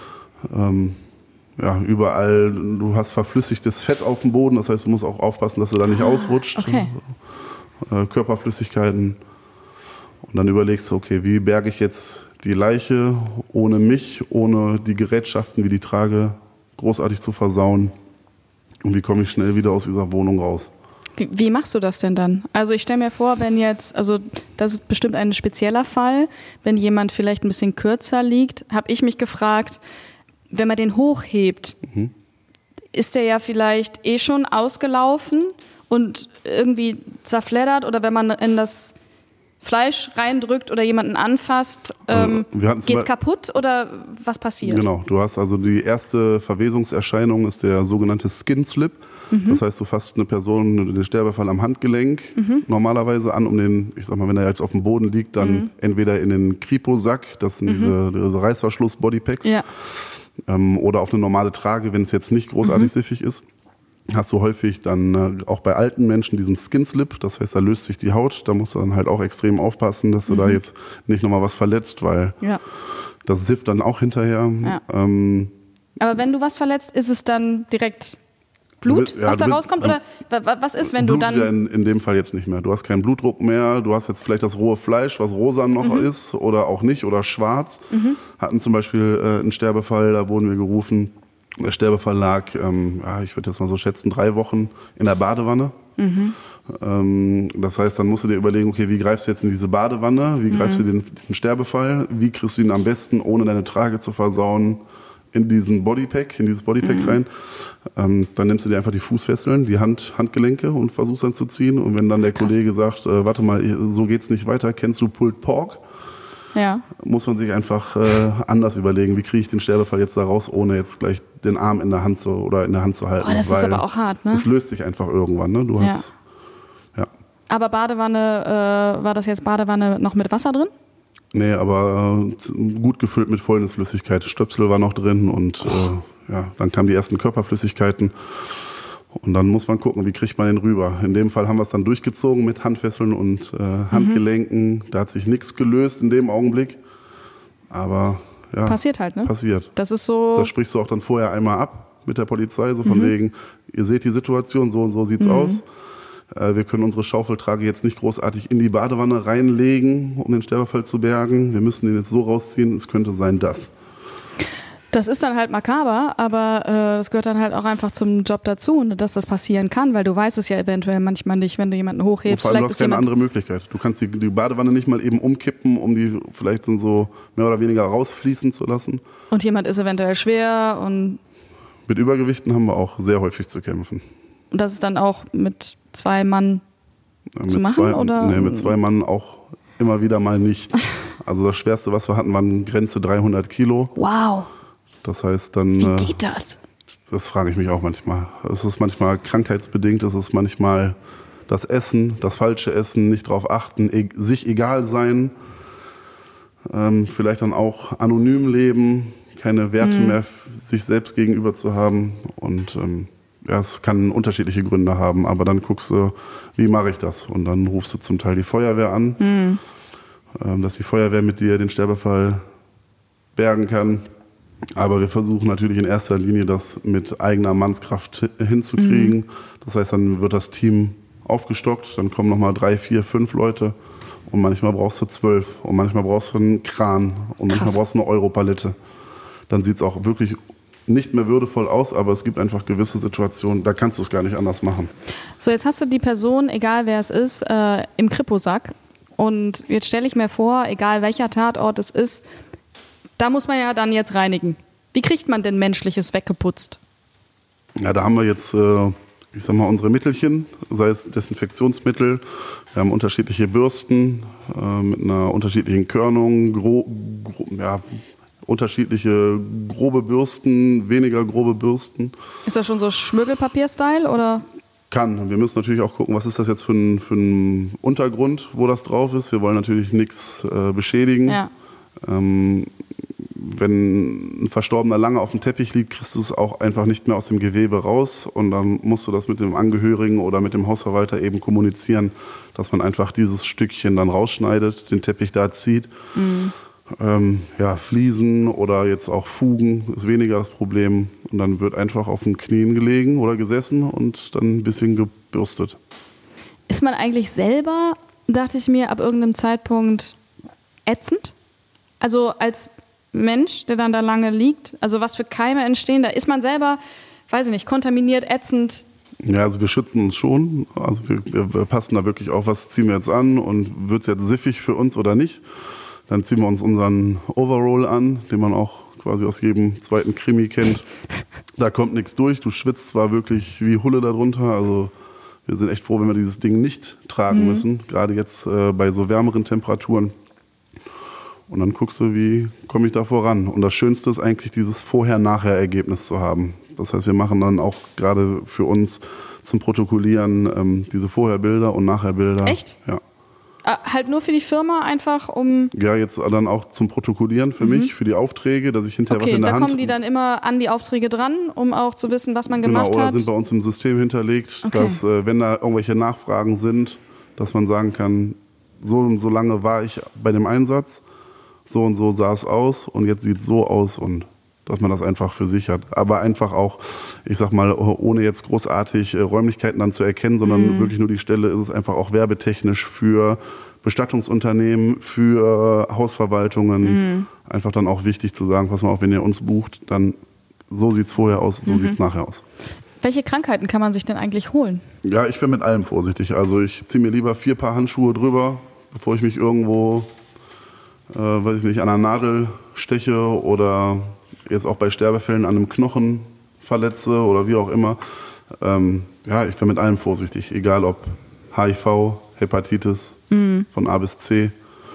Speaker 4: Überall, du hast verflüssigtes Fett auf dem Boden, das heißt, du musst auch aufpassen, dass du da nicht ausrutscht.
Speaker 3: Okay.
Speaker 4: Körperflüssigkeiten. Und dann überlegst du, okay, wie berge ich jetzt die Leiche ohne mich, ohne die Gerätschaften, wie die trage, großartig zu versauen? Und wie komme ich schnell wieder aus dieser Wohnung raus?
Speaker 3: Wie machst du das denn dann? Also ich stelle mir vor, wenn jetzt, also das ist bestimmt ein spezieller Fall, wenn jemand vielleicht ein bisschen kürzer liegt, habe ich mich gefragt, wenn man den hochhebt, ist der ja vielleicht schon ausgelaufen und irgendwie zerfleddert, oder wenn man in das Fleisch reindrückt oder jemanden anfasst, geht's kaputt oder was passiert?
Speaker 4: Genau, du hast also die erste Verwesungserscheinung ist der sogenannte Skin Slip. Das heißt, du fasst eine Person, den Sterbefall am Handgelenk normalerweise an, um den, ich sag mal, wenn er jetzt auf dem Boden liegt, dann entweder in den Kripo-Sack, das sind diese Reißverschluss-Bodypacks, oder auf eine normale Trage, wenn es jetzt nicht großartig siffig ist. Hast du häufig dann auch bei alten Menschen diesen Skin Slip, das heißt, da löst sich die Haut, da musst du dann halt auch extrem aufpassen, dass du da jetzt nicht nochmal was verletzt, weil das sifft dann auch hinterher.
Speaker 3: Ja. Aber wenn du was verletzt, ist es dann direkt Blut, was da rauskommt? Oder was ist, wenn
Speaker 4: Blut
Speaker 3: du dann...
Speaker 4: ja in dem Fall jetzt nicht mehr. Du hast keinen Blutdruck mehr, du hast jetzt vielleicht das rohe Fleisch, was rosa noch ist oder auch nicht oder schwarz. Hatten zum Beispiel einen Sterbefall, da wurden wir gerufen. Der Sterbefall lag, ich würde jetzt mal so schätzen, 3 Wochen in der Badewanne. Das heißt, dann musst du dir überlegen, okay, wie greifst du jetzt in diese Badewanne? Wie greifst du den Sterbefall? Wie kriegst du ihn am besten, ohne deine Trage zu versauen, in dieses Bodypack rein? Dann nimmst du dir einfach die Fußfesseln, die Handgelenke und versuchst dann zu ziehen. Und wenn dann der Kollege sagt, warte mal, so geht's nicht weiter, kennst du Pulled Pork?
Speaker 3: Ja.
Speaker 4: Muss man sich einfach anders überlegen, wie kriege ich den Sterbefall jetzt da raus, ohne jetzt gleich den Arm in der Hand zu halten.
Speaker 3: Oh, das ist aber auch hart, ne?
Speaker 4: Es löst sich einfach irgendwann, ne? Du hast,
Speaker 3: Aber Badewanne, war das jetzt Badewanne noch mit Wasser drin?
Speaker 4: Nee, aber gut gefüllt mit Fäulnisflüssigkeit. Stöpsel war noch drin und dann kamen die ersten Körperflüssigkeiten. Und dann muss man gucken, wie kriegt man den rüber. In dem Fall haben wir es dann durchgezogen mit Handfesseln und Handgelenken. Da hat sich nichts gelöst in dem Augenblick. Aber ja,
Speaker 3: passiert halt, ne?
Speaker 4: Passiert.
Speaker 3: Das ist so.
Speaker 4: Das sprichst du auch dann vorher einmal ab mit der Polizei, so von wegen, ihr seht die Situation, so und so sieht's aus. Wir können unsere Schaufeltrage jetzt nicht großartig in die Badewanne reinlegen, um den Sterbefall zu bergen. Wir müssen den jetzt so rausziehen, es könnte sein, dass.
Speaker 3: Das ist dann halt makaber, aber das gehört dann halt auch einfach zum Job dazu, dass das passieren kann, weil du weißt es ja eventuell manchmal nicht, wenn du jemanden hochhebst.
Speaker 4: Vor allem, du hast keine andere Möglichkeit. Du kannst die Badewanne nicht mal eben umkippen, um die vielleicht dann so mehr oder weniger rausfließen zu lassen.
Speaker 3: Und jemand ist eventuell schwer und...
Speaker 4: Mit Übergewichten haben wir auch sehr häufig zu kämpfen.
Speaker 3: Und das ist dann auch mit 2 Mann zu machen, oder?
Speaker 4: Nee, mit 2 Mann auch immer wieder mal nicht. Also das Schwerste, was wir hatten, waren Grenze 300 Kilo.
Speaker 3: Wow.
Speaker 4: Das heißt dann...
Speaker 3: Wie geht das?
Speaker 4: Das frage ich mich auch manchmal. Es ist manchmal krankheitsbedingt, es ist manchmal das Essen, das falsche Essen, nicht drauf achten, sich egal sein, vielleicht dann auch anonym leben, keine Werte mehr sich selbst gegenüber zu haben. Und ja, es kann unterschiedliche Gründe haben, aber dann guckst du, wie mache ich das? Und dann rufst du zum Teil die Feuerwehr an, dass die Feuerwehr mit dir den Sterbefall bergen kann. Aber wir versuchen natürlich in erster Linie, das mit eigener Mannskraft hinzukriegen. Das heißt, dann wird das Team aufgestockt, dann kommen nochmal 3, 4, 5 Leute und manchmal brauchst du 12 und manchmal brauchst du einen Kran und manchmal brauchst du eine Europalette. Dann sieht es auch wirklich nicht mehr würdevoll aus, aber es gibt einfach gewisse Situationen, da kannst du es gar nicht anders machen.
Speaker 3: So, jetzt hast du die Person, egal wer es ist, im Kriposack. Und jetzt stelle ich mir vor, egal welcher Tatort es ist, da muss man ja dann jetzt reinigen. Wie kriegt man denn Menschliches weggeputzt?
Speaker 4: Ja, da haben wir jetzt, ich sag mal, unsere Mittelchen, sei es Desinfektionsmittel. Wir haben unterschiedliche Bürsten mit einer unterschiedlichen Körnung, unterschiedliche grobe Bürsten, weniger grobe Bürsten.
Speaker 3: Ist das schon so Schmirgelpapier-Style oder?
Speaker 4: Kann. Wir müssen natürlich auch gucken, was ist das jetzt für ein Untergrund, wo das drauf ist. Wir wollen natürlich nichts beschädigen.
Speaker 3: Ja.
Speaker 4: Wenn ein Verstorbener lange auf dem Teppich liegt, kriegst du es auch einfach nicht mehr aus dem Gewebe raus und dann musst du das mit dem Angehörigen oder mit dem Hausverwalter eben kommunizieren, dass man einfach dieses Stückchen dann rausschneidet, den Teppich da zieht. Fliesen oder jetzt auch Fugen ist weniger das Problem und dann wird einfach auf den Knien gelegen oder gesessen und dann ein bisschen gebürstet.
Speaker 3: Ist man eigentlich selber, dachte ich mir, ab irgendeinem Zeitpunkt ätzend? Also als Mensch, der dann da lange liegt, also was für Keime entstehen, da ist man selber, weiß ich nicht, kontaminiert, ätzend.
Speaker 4: Ja, also wir schützen uns schon, also wir passen da wirklich auf, was ziehen wir jetzt an und wird es jetzt siffig für uns oder nicht. Dann ziehen wir uns unseren Overall an, den man auch quasi aus jedem zweiten Krimi kennt. Da kommt nichts durch, du schwitzt zwar wirklich wie Hulle darunter, also wir sind echt froh, wenn wir dieses Ding nicht tragen müssen, gerade jetzt bei so wärmeren Temperaturen. Und dann guckst du, wie komme ich da voran. Und das Schönste ist eigentlich, dieses Vorher-Nachher-Ergebnis zu haben. Das heißt, wir machen dann auch gerade für uns zum Protokollieren diese Vorherbilder und Nachherbilder.
Speaker 3: Echt?
Speaker 4: Ja.
Speaker 3: Halt nur für die Firma einfach, um...
Speaker 4: Ja, jetzt dann auch zum Protokollieren für mich, für die Aufträge, dass ich hinterher was in der Hand...
Speaker 3: Okay, da kommen die dann immer an die Aufträge dran, um auch zu wissen, was man gemacht hat?
Speaker 4: Genau, oder sind bei uns im System hinterlegt, dass wenn da irgendwelche Nachfragen sind, dass man sagen kann, so und so lange war ich bei dem Einsatz, so und so sah es aus und jetzt sieht es so aus und dass man das einfach für sich hat. Aber einfach auch, ich sag mal, ohne jetzt großartig Räumlichkeiten dann zu erkennen, sondern wirklich nur die Stelle, ist es einfach auch werbetechnisch für Bestattungsunternehmen, für Hausverwaltungen einfach dann auch wichtig zu sagen, pass mal auf, wenn ihr uns bucht, dann so sieht's vorher aus, so sieht's nachher aus.
Speaker 3: Welche Krankheiten kann man sich denn eigentlich holen?
Speaker 4: Ja, ich bin mit allem vorsichtig. Also ich ziehe mir lieber 4 Paar Handschuhe drüber, bevor ich mich irgendwo weiß ich nicht, an einer Nadel steche oder jetzt auch bei Sterbefällen an einem Knochen verletze oder wie auch immer. Ich bin mit allem vorsichtig, egal ob HIV, Hepatitis, von A bis C.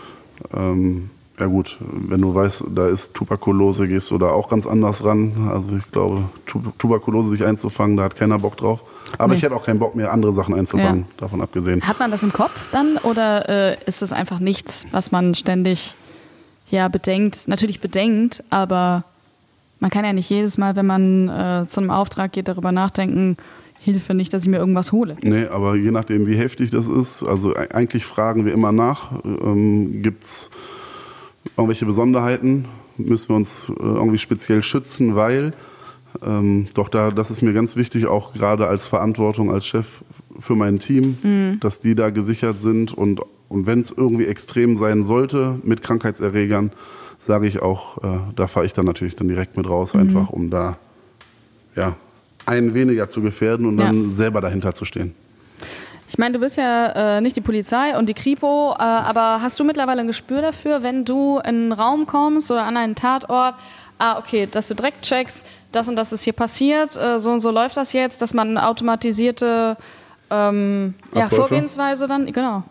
Speaker 4: Ja gut, wenn du weißt, da ist Tuberkulose, gehst du da auch ganz anders ran. Also ich glaube, Tuberkulose sich einzufangen, da hat keiner Bock drauf. Aber ich hätte auch keinen Bock mehr, andere Sachen einzufangen, davon abgesehen.
Speaker 3: Hat man das im Kopf dann oder ist das einfach nichts, was man ständig bedenkt? Natürlich bedenkt, aber man kann ja nicht jedes Mal, wenn man zu einem Auftrag geht, darüber nachdenken, Hilfe, nicht, dass ich mir irgendwas hole.
Speaker 4: Nee, aber je nachdem, wie heftig das ist, also eigentlich fragen wir immer nach, gibt's irgendwelche Besonderheiten, müssen wir uns irgendwie speziell schützen, weil das ist mir ganz wichtig, auch gerade als Verantwortung als Chef für mein Team, dass die da gesichert sind und wenn es irgendwie extrem sein sollte mit Krankheitserregern, sage ich auch, da fahre ich dann natürlich dann direkt mit raus, einfach um da einen weniger zu gefährden und dann selber dahinter zu stehen.
Speaker 3: Ich meine, du bist ja nicht die Polizei und die Kripo, aber hast du mittlerweile ein Gespür dafür, wenn du in einen Raum kommst oder an einen Tatort, okay, dass du direkt checkst, das und das ist hier passiert, so und so läuft das jetzt, dass man eine automatisierte Vorgehensweise dann, genau.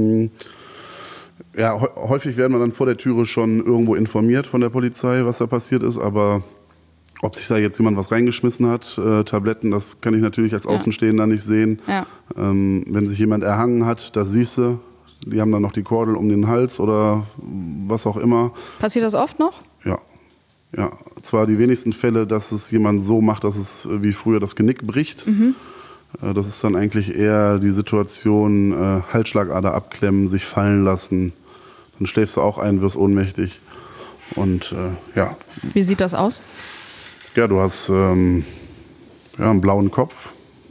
Speaker 4: Ja, häufig werden wir dann vor der Türe schon irgendwo informiert von der Polizei, was da passiert ist, aber ob sich da jetzt jemand was reingeschmissen hat, Tabletten, das kann ich natürlich als Außenstehender nicht sehen. Ja. Wenn sich jemand erhangen hat, das siehst du, die haben dann noch die Kordel um den Hals oder was auch immer.
Speaker 3: Passiert das oft noch?
Speaker 4: Ja. Ja, zwar die wenigsten Fälle, dass es jemand so macht, dass es wie früher das Genick bricht. Das ist dann eigentlich eher die Situation, Halsschlagader abklemmen, sich fallen lassen. Dann schläfst du auch ein, wirst ohnmächtig. Und
Speaker 3: Wie sieht das aus?
Speaker 4: Ja, du hast einen blauen Kopf.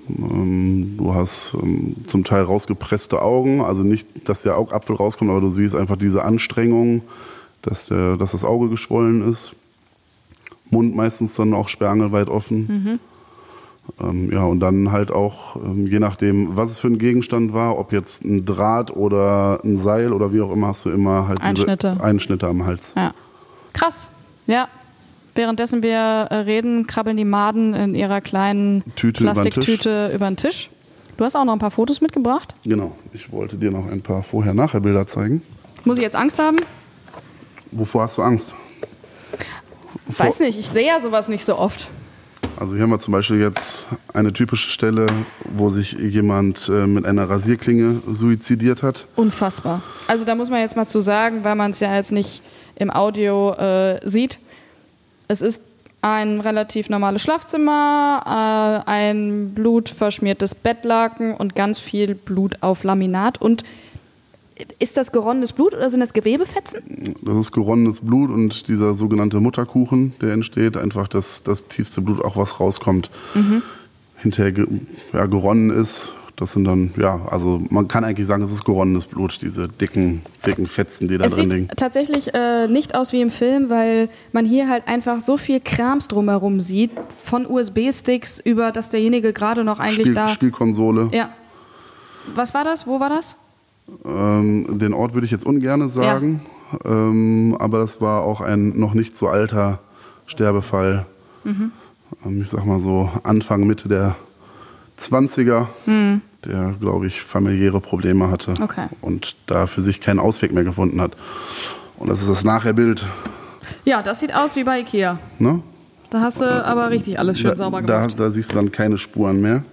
Speaker 4: Du hast zum Teil rausgepresste Augen. Also nicht, dass der Augapfel rauskommt, aber du siehst einfach diese Anstrengung, dass das Auge geschwollen ist. Mund meistens dann auch sperrangelweit offen. Und dann halt auch, je nachdem, was es für ein Gegenstand war, ob jetzt ein Draht oder ein Seil oder wie auch immer, hast du immer halt diese Einschnitte am Hals.
Speaker 3: Ja. Krass, ja. Währenddessen wir reden, krabbeln die Maden in ihrer kleinen Plastiktüte über den Tisch. Du hast auch noch ein paar Fotos mitgebracht?
Speaker 4: Genau, ich wollte dir noch ein paar Vorher-Nachher-Bilder zeigen.
Speaker 3: Muss ich jetzt Angst haben?
Speaker 4: Wovor hast du Angst?
Speaker 3: Weiß nicht, ich sehe ja sowas nicht so oft.
Speaker 4: Also hier haben wir zum Beispiel jetzt eine typische Stelle, wo sich jemand mit einer Rasierklinge suizidiert hat.
Speaker 3: Unfassbar. Also da muss man jetzt mal zu sagen, weil man es ja jetzt nicht im Audio sieht. Es ist ein relativ normales Schlafzimmer, ein blutverschmiertes Bettlaken und ganz viel Blut auf Laminat. Und ist das geronnenes Blut oder sind das Gewebefetzen?
Speaker 4: Das ist geronnenes Blut und dieser sogenannte Mutterkuchen, der entsteht, einfach das tiefste Blut, auch was rauskommt, hinterher geronnen ist. Das sind dann, also man kann eigentlich sagen, es ist geronnenes Blut, diese dicken Fetzen, die da drin liegen. Es sieht tatsächlich
Speaker 3: nicht aus wie im Film, weil man hier halt einfach so viel Krams drumherum sieht, von USB-Sticks über, dass derjenige gerade noch eigentlich
Speaker 4: Spielkonsole.
Speaker 3: Ja. Was war das? Wo war das?
Speaker 4: Den Ort würde ich jetzt ungern sagen, aber das war auch ein noch nicht so alter Sterbefall. Ich sag mal so Anfang, Mitte der 20er, der, glaube ich, familiäre Probleme hatte und da für sich keinen Ausweg mehr gefunden hat. Und das ist das Nachherbild.
Speaker 3: Ja, das sieht aus wie bei Ikea.
Speaker 4: Ne?
Speaker 3: Da hast du aber richtig alles schön sauber gemacht.
Speaker 4: Da siehst du dann keine Spuren mehr.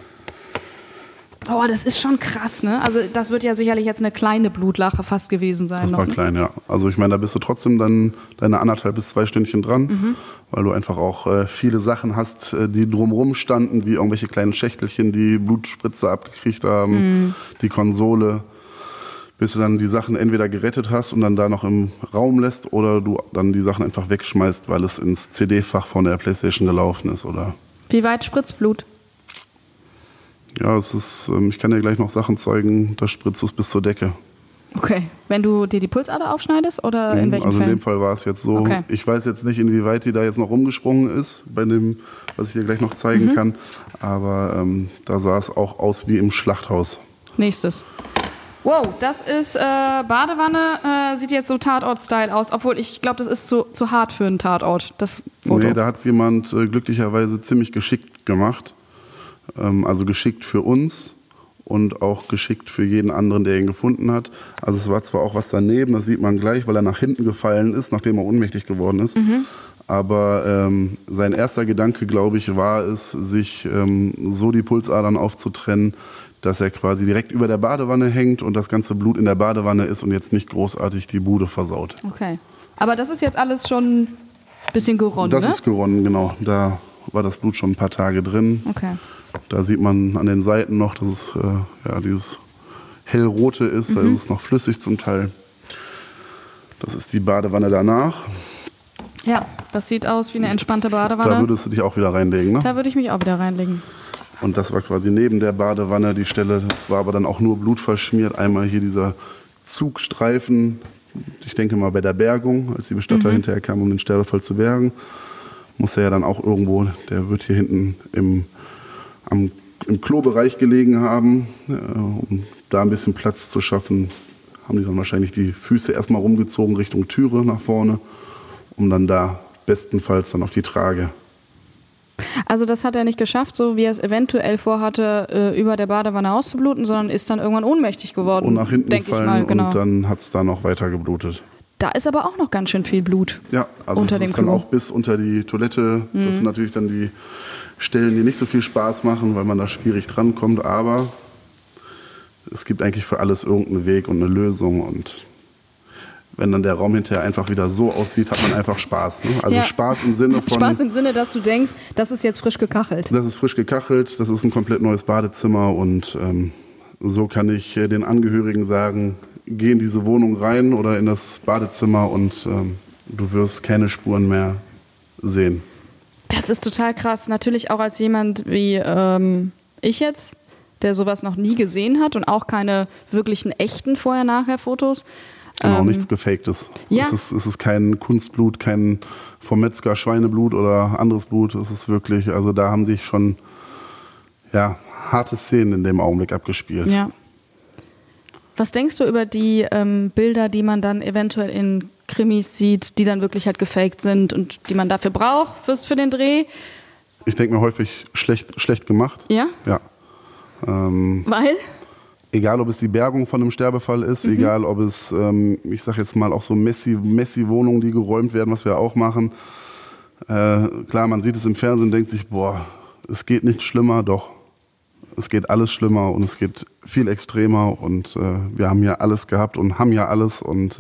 Speaker 3: Oh, das ist schon krass, ne? Also das wird ja sicherlich jetzt eine kleine Blutlache fast gewesen sein.
Speaker 4: Das war klein, ja. Also ich meine, da bist du trotzdem dann deine 1,5 bis 2 Stündchen dran, weil du einfach auch viele Sachen hast, die drumrum standen, wie irgendwelche kleinen Schächtelchen, die Blutspritze abgekriegt haben, die Konsole, bis du dann die Sachen entweder gerettet hast und dann da noch im Raum lässt oder du dann die Sachen einfach wegschmeißt, weil es ins CD-Fach von der PlayStation gelaufen ist, oder?
Speaker 3: Wie weit spritzt Blut?
Speaker 4: Ja, es ist, ich kann dir gleich noch Sachen zeigen, da spritzt es bis zur Decke.
Speaker 3: Okay, wenn du dir die Pulsader aufschneidest oder in welchem
Speaker 4: Also in
Speaker 3: Fällen?
Speaker 4: dem Fall war es jetzt so, ich weiß jetzt nicht, inwieweit die da jetzt noch rumgesprungen ist, bei dem, was ich dir gleich noch zeigen kann, aber da sah es auch aus wie im Schlachthaus.
Speaker 3: Nächstes. Wow, das ist Badewanne, sieht jetzt so Tatort-Style aus, obwohl ich glaube, das ist zu hart für einen Tatort, das Foto.
Speaker 4: Nee, da hat es jemand glücklicherweise ziemlich geschickt gemacht. Also geschickt für uns und auch geschickt für jeden anderen, der ihn gefunden hat. Also es war zwar auch was daneben, das sieht man gleich, weil er nach hinten gefallen ist, nachdem er ohnmächtig geworden ist. Aber sein erster Gedanke, glaube ich, war es, sich so die Pulsadern aufzutrennen, dass er quasi direkt über der Badewanne hängt und das ganze Blut in der Badewanne ist und jetzt nicht großartig die Bude versaut.
Speaker 3: Okay. Aber das ist jetzt alles schon ein bisschen geronnen,
Speaker 4: Das ist geronnen, genau. Da war das Blut schon ein paar Tage drin.
Speaker 3: Okay.
Speaker 4: Da sieht man an den Seiten noch, dass es dieses hellrote ist, da ist es noch flüssig zum Teil. Das ist die Badewanne danach.
Speaker 3: Ja, das sieht aus wie eine entspannte Badewanne.
Speaker 4: Da würdest du dich auch wieder reinlegen, ne?
Speaker 3: Da würde ich mich auch wieder reinlegen.
Speaker 4: Und das war quasi neben der Badewanne die Stelle, das war aber dann auch nur blutverschmiert. Einmal hier dieser Zugstreifen, ich denke mal bei der Bergung, als die Bestatter hinterher kamen, um den Sterbefall zu bergen. Muss er ja dann auch irgendwo, der wird hier hinten im Klobereich gelegen haben, um da ein bisschen Platz zu schaffen. Haben die dann wahrscheinlich die Füße erstmal rumgezogen Richtung Türe nach vorne, um dann da bestenfalls dann auf die Trage.
Speaker 3: Also das hat er nicht geschafft, so wie er es eventuell vorhatte, über der Badewanne auszubluten, sondern ist dann irgendwann ohnmächtig geworden.
Speaker 4: Und nach hinten gefallen
Speaker 3: genau.
Speaker 4: Und dann hat es da noch weiter geblutet.
Speaker 3: Da ist aber auch noch ganz schön viel Blut.
Speaker 4: Ja, also
Speaker 3: unter
Speaker 4: es
Speaker 3: dem
Speaker 4: ist dann
Speaker 3: Klo.
Speaker 4: auch bis unter die Toilette. Das sind natürlich dann die Stellen, die nicht so viel Spaß machen, weil man da schwierig drankommt. Aber es gibt eigentlich für alles irgendeinen Weg und eine Lösung. Und wenn dann der Raum hinterher einfach wieder so aussieht, hat man einfach Spaß. Ne? Also
Speaker 3: Ja.
Speaker 4: Spaß im Sinne von...
Speaker 3: Spaß im Sinne, dass du denkst, das ist jetzt frisch gekachelt.
Speaker 4: Das ist frisch gekachelt, das ist ein komplett neues Badezimmer. Und so kann ich den Angehörigen sagen, geh in diese Wohnung rein oder in das Badezimmer und du wirst keine Spuren mehr sehen.
Speaker 3: Das ist total krass. Natürlich auch als jemand wie ich jetzt, der sowas noch nie gesehen hat und auch keine wirklichen echten Vorher-Nachher-Fotos.
Speaker 4: Genau, nichts Gefaktes.
Speaker 3: Ja.
Speaker 4: Es ist kein Kunstblut, kein vom Metzger Schweineblut oder anderes Blut. Es ist wirklich, also da haben sich schon harte Szenen in dem Augenblick abgespielt.
Speaker 3: Ja. Was denkst du über die Bilder, die man dann eventuell in Krimis sieht, die dann wirklich halt gefaked sind und die man dafür braucht für den Dreh?
Speaker 4: Ich denke mir häufig schlecht gemacht.
Speaker 3: Ja?
Speaker 4: Ja.
Speaker 3: Weil?
Speaker 4: Egal, ob es die Bergung von einem Sterbefall ist, egal, ob es, ich sag jetzt mal, auch so Messi-Wohnungen, die geräumt werden, was wir auch machen. Klar, man sieht es im Fernsehen und denkt sich, boah, es geht nicht schlimmer, doch. Es geht alles schlimmer und es geht viel extremer und wir haben ja alles gehabt und haben ja alles und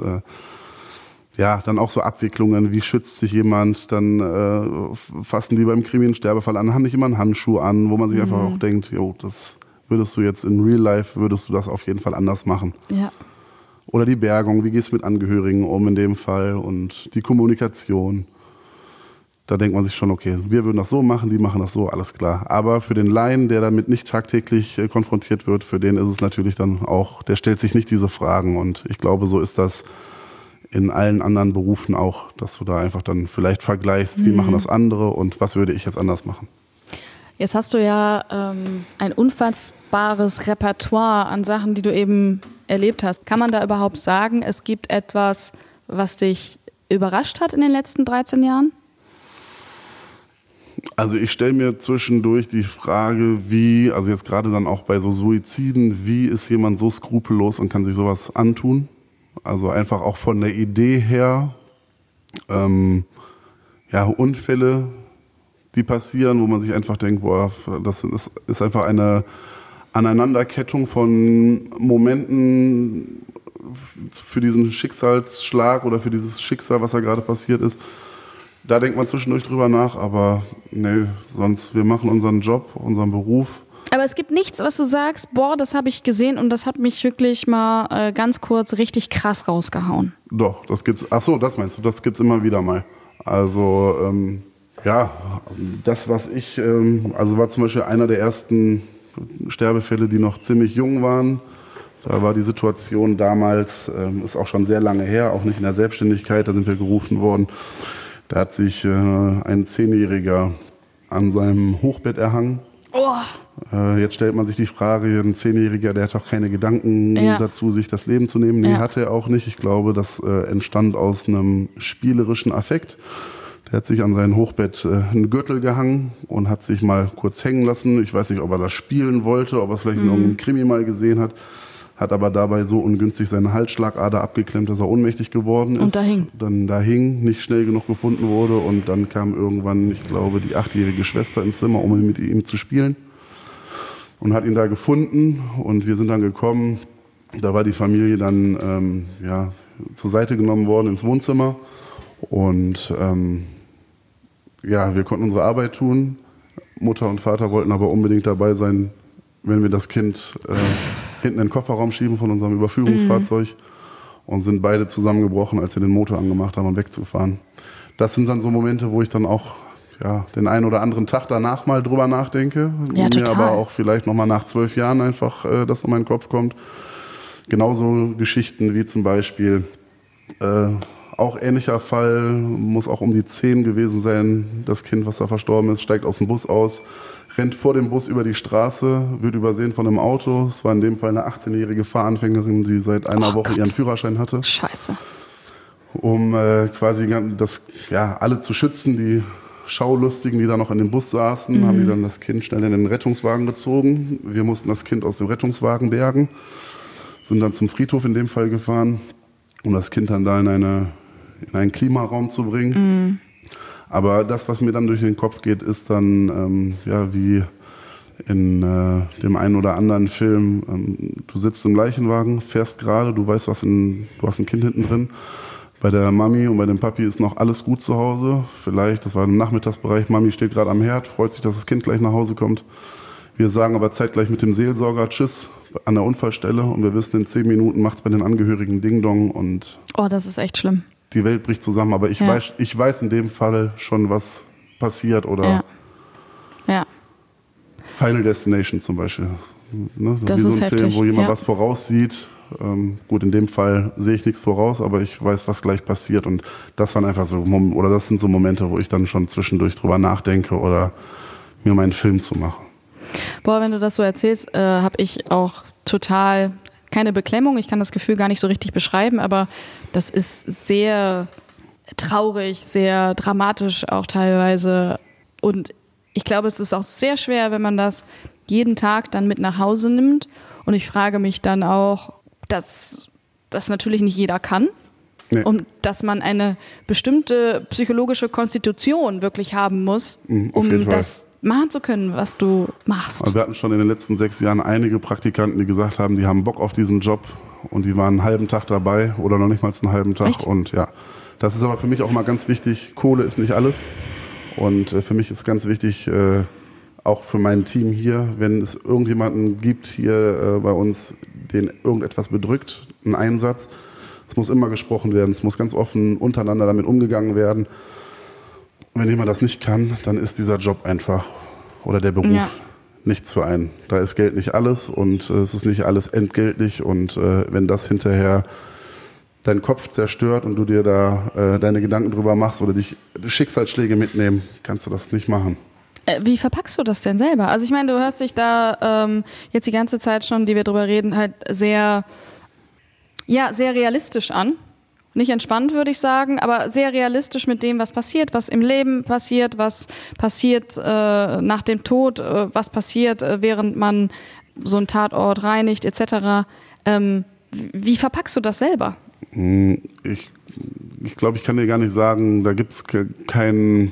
Speaker 4: dann auch so Abwicklungen, wie schützt sich jemand, dann fassen die beim Krimi einen Sterbefall an, haben nicht immer einen Handschuh an, wo man sich einfach auch denkt, jo, das würdest du jetzt in Real Life, würdest du das auf jeden Fall anders machen.
Speaker 3: Ja.
Speaker 4: Oder die Bergung, wie gehst du mit Angehörigen um in dem Fall und die Kommunikation. Da denkt man sich schon, okay, wir würden das so machen, die machen das so, alles klar. Aber für den Laien, der damit nicht tagtäglich konfrontiert wird, für den ist es natürlich dann auch, der stellt sich nicht diese Fragen. Und ich glaube, so ist das in allen anderen Berufen auch, dass du da einfach dann vielleicht vergleichst, wie machen das andere und was würde ich jetzt anders machen.
Speaker 3: Jetzt hast du ja ein unfassbares Repertoire an Sachen, die du eben erlebt hast. Kann man da überhaupt sagen, es gibt etwas, was dich überrascht hat in den letzten 13 Jahren?
Speaker 4: Also ich stelle mir zwischendurch die Frage, also jetzt gerade dann auch bei so Suiziden, wie ist jemand so skrupellos und kann sich sowas antun? Also einfach auch von der Idee her, Unfälle, die passieren, wo man sich einfach denkt, boah, das ist einfach eine Aneinanderkettung von Momenten für diesen Schicksalsschlag oder für dieses Schicksal, was da gerade passiert ist. Da denkt man zwischendurch drüber nach, aber nee, sonst, wir machen unseren Job, unseren Beruf.
Speaker 3: Aber es gibt nichts, was du sagst, boah, das habe ich gesehen und das hat mich wirklich mal ganz kurz richtig krass rausgehauen.
Speaker 4: Doch, das gibt's. Ach so, das meinst du, das gibt's immer wieder mal. Also, das, was ich, war zum Beispiel einer der ersten Sterbefälle, die noch ziemlich jung waren. Da war die Situation damals, ist auch schon sehr lange her, auch nicht in der Selbstständigkeit, da sind wir gerufen worden. Da hat sich ein 10-Jähriger an seinem Hochbett erhangen.
Speaker 3: Oh.
Speaker 4: Jetzt stellt man sich die Frage, ein 10-Jähriger, der hat doch keine Gedanken dazu, sich das Leben zu nehmen. Nee, hatte er auch nicht. Ich glaube, das entstand aus einem spielerischen Affekt. Der hat sich an sein Hochbett einen Gürtel gehangen und hat sich mal kurz hängen lassen. Ich weiß nicht, ob er das spielen wollte, ob er es vielleicht in irgendeinem Krimi mal gesehen hat. Hat aber dabei so ungünstig seine Halsschlagader abgeklemmt, dass er ohnmächtig geworden ist.
Speaker 3: Und da hing.
Speaker 4: Dann da hing, nicht schnell genug gefunden wurde. Und dann kam irgendwann, ich glaube, die 8-jährige Schwester ins Zimmer, um mit ihm zu spielen. Und hat ihn da gefunden. Und wir sind dann gekommen. Da war die Familie dann zur Seite genommen worden ins Wohnzimmer. Und wir konnten unsere Arbeit tun. Mutter und Vater wollten aber unbedingt dabei sein, wenn wir das Kind hinten in den Kofferraum schieben von unserem Überführungsfahrzeug. und sind beide zusammengebrochen, als wir den Motor angemacht haben, um wegzufahren. Das sind dann so Momente, wo ich dann auch den einen oder anderen Tag danach mal drüber nachdenke.
Speaker 3: Ja,
Speaker 4: mir
Speaker 3: total.
Speaker 4: aber auch vielleicht nochmal nach 12 Jahren einfach das in meinen Kopf kommt. Genauso Geschichten wie zum Beispiel, auch ähnlicher Fall, muss auch um die 10 gewesen sein, das Kind, was da verstorben ist, steigt aus dem Bus aus, rennt vor dem Bus über die Straße, wird übersehen von einem Auto. Es war in dem Fall eine 18-jährige Fahranfängerin, die seit einer Woche ihren Führerschein hatte.
Speaker 3: Scheiße.
Speaker 4: Um quasi alle zu schützen, die Schaulustigen, die da noch in dem Bus saßen, haben die dann das Kind schnell in den Rettungswagen gezogen. Wir mussten das Kind aus dem Rettungswagen bergen, sind dann zum Friedhof in dem Fall gefahren, um das Kind dann da in einen Klimaraum zu bringen. Aber das, was mir dann durch den Kopf geht, ist dann, wie in dem einen oder anderen Film, du sitzt im Leichenwagen, fährst gerade, du weißt, du hast ein Kind hinten drin. Bei der Mami und bei dem Papi ist noch alles gut zu Hause. Vielleicht, das war im Nachmittagsbereich, Mami steht gerade am Herd, freut sich, dass das Kind gleich nach Hause kommt. Wir sagen aber zeitgleich mit dem Seelsorger Tschüss an der Unfallstelle und wir wissen, in 10 Minuten macht es bei den Angehörigen Ding-Dong und
Speaker 3: Oh, das ist echt schlimm.
Speaker 4: die Welt bricht zusammen. Aber ich weiß in dem Fall schon, was passiert oder
Speaker 3: Ja.
Speaker 4: Final Destination zum Beispiel. Ne?
Speaker 3: Das
Speaker 4: wie so
Speaker 3: ist
Speaker 4: ein Film,
Speaker 3: heftig,
Speaker 4: wo jemand
Speaker 3: ja.
Speaker 4: was voraussieht. Gut, in dem Fall sehe ich nichts voraus, aber ich weiß, was gleich passiert. Und das waren einfach so, das sind so Momente, wo ich dann schon zwischendurch drüber nachdenke oder mir meinen Film zu machen.
Speaker 3: Boah, wenn du das so erzählst, habe ich auch total keine Beklemmung. Ich kann das Gefühl gar nicht so richtig beschreiben, aber das ist sehr traurig, sehr dramatisch auch teilweise. Und ich glaube, es ist auch sehr schwer, wenn man das jeden Tag dann mit nach Hause nimmt. Und ich frage mich dann auch, dass das natürlich nicht jeder kann.
Speaker 4: Nee.
Speaker 3: Und dass man eine bestimmte psychologische Konstitution wirklich haben muss,
Speaker 4: auf jeden
Speaker 3: um
Speaker 4: Fall.
Speaker 3: das machen zu können, was du machst.
Speaker 4: Also wir hatten schon in den letzten 6 Jahren einige Praktikanten, die gesagt haben, die haben Bock auf diesen Job und die waren einen halben Tag dabei oder noch nicht mal einen halben Tag.
Speaker 3: Echt?
Speaker 4: Und ja, das ist aber für mich auch mal ganz wichtig. Kohle ist nicht alles. Und für mich ist ganz wichtig, auch für mein Team hier, wenn es irgendjemanden gibt hier bei uns, den irgendetwas bedrückt, einen Einsatz, es muss immer gesprochen werden, es muss ganz offen untereinander damit umgegangen werden. Und wenn jemand das nicht kann, dann ist dieser Job einfach oder der Beruf nichts für einen. Da ist Geld nicht alles und es ist nicht alles entgeltlich und wenn das hinterher deinen Kopf zerstört und du dir da deine Gedanken drüber machst oder dich Schicksalsschläge mitnehmen, kannst du das nicht machen.
Speaker 3: Wie verpackst du das denn selber? Also ich meine, du hörst dich da jetzt die ganze Zeit schon, die wir drüber reden, halt sehr realistisch an. Nicht entspannt, würde ich sagen, aber sehr realistisch mit dem, was passiert, was im Leben passiert, was passiert nach dem Tod, was passiert, während man so einen Tatort reinigt, etc. Wie verpackst du das selber?
Speaker 4: Ich glaube, ich kann dir gar nicht sagen, da gibt es keinen,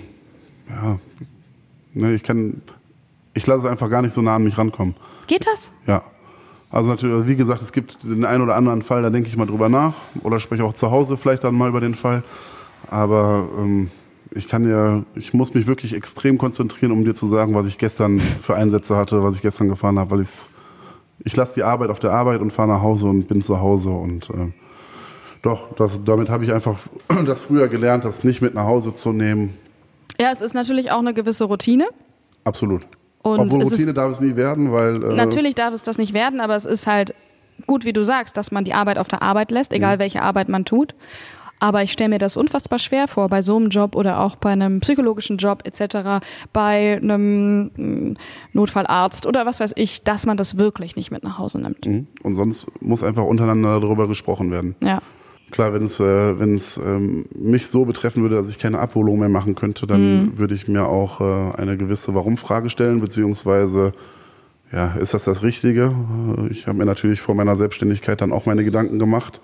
Speaker 4: ich lasse es einfach gar nicht so nah an mich rankommen.
Speaker 3: Geht das?
Speaker 4: Ja. Also natürlich, wie gesagt, es gibt den einen oder anderen Fall, da denke ich mal drüber nach oder spreche auch zu Hause vielleicht dann mal über den Fall. Aber ich muss mich wirklich extrem konzentrieren, um dir zu sagen, was ich gestern für Einsätze hatte, was ich gestern gefahren habe, weil ich lasse die Arbeit auf der Arbeit und fahre nach Hause und bin zu Hause und damit habe ich einfach das früher gelernt, das nicht mit nach Hause zu nehmen.
Speaker 3: Ja, es ist natürlich auch eine gewisse Routine.
Speaker 4: Absolut.
Speaker 3: Und
Speaker 4: obwohl
Speaker 3: es
Speaker 4: Routine darf es nie werden, weil...
Speaker 3: natürlich darf es das nicht werden, aber es ist halt gut, wie du sagst, dass man die Arbeit auf der Arbeit lässt, egal welche Arbeit man tut. Aber ich stelle mir das unfassbar schwer vor, bei so einem Job oder auch bei einem psychologischen Job etc., bei einem Notfallarzt oder was weiß ich, dass man das wirklich nicht mit nach Hause nimmt.
Speaker 4: Und sonst muss einfach untereinander darüber gesprochen werden.
Speaker 3: Ja.
Speaker 4: Klar, wenn es mich so betreffen würde, dass ich keine Abholung mehr machen könnte, dann würde ich mir auch eine gewisse Warum-Frage stellen, beziehungsweise, ist das Richtige? Ich habe mir natürlich vor meiner Selbstständigkeit dann auch meine Gedanken gemacht.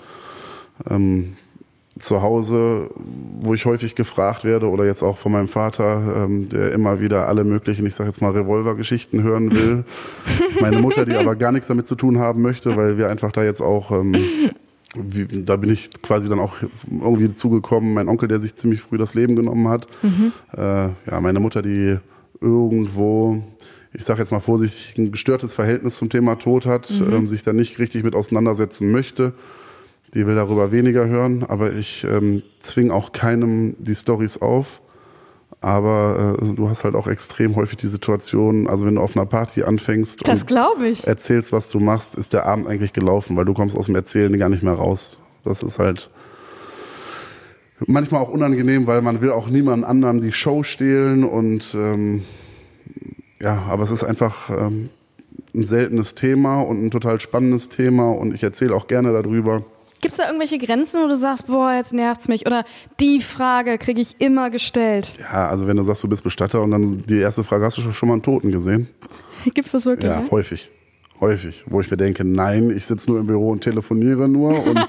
Speaker 4: Zu Hause, wo ich häufig gefragt werde, oder jetzt auch von meinem Vater, der immer wieder alle möglichen, ich sage jetzt mal Revolver-Geschichten hören will. Meine Mutter, die aber gar nichts damit zu tun haben möchte, weil wir einfach da jetzt auch... da bin ich quasi dann auch irgendwie zugekommen. Mein Onkel, der sich ziemlich früh das Leben genommen hat. Meine Mutter, die irgendwo, ich sage jetzt mal vorsichtig, ein gestörtes Verhältnis zum Thema Tod hat, sich da nicht richtig mit auseinandersetzen möchte. die will darüber weniger hören, aber ich zwinge auch keinem die Storys auf. Aber du hast halt auch extrem häufig die Situation, also wenn du auf einer Party anfängst
Speaker 3: Das glaube ich.
Speaker 4: erzählst, was du machst, ist der Abend eigentlich gelaufen, weil du kommst aus dem Erzählen gar nicht mehr raus. Das ist halt manchmal auch unangenehm, weil man will auch niemandem anderen die Show stehlen und aber es ist einfach ein seltenes Thema und ein total spannendes Thema und ich erzähle auch gerne darüber.
Speaker 3: Gibt es da irgendwelche Grenzen, wo du sagst, boah, jetzt nervt's mich? Oder die Frage kriege ich immer gestellt.
Speaker 4: Ja, also wenn du sagst, du bist Bestatter und dann die erste Frage, hast du schon mal einen Toten gesehen?
Speaker 3: Gibt's das wirklich?
Speaker 4: Ja, häufig. Häufig. Wo ich mir denke, nein, ich sitze nur im Büro und telefoniere nur. Und,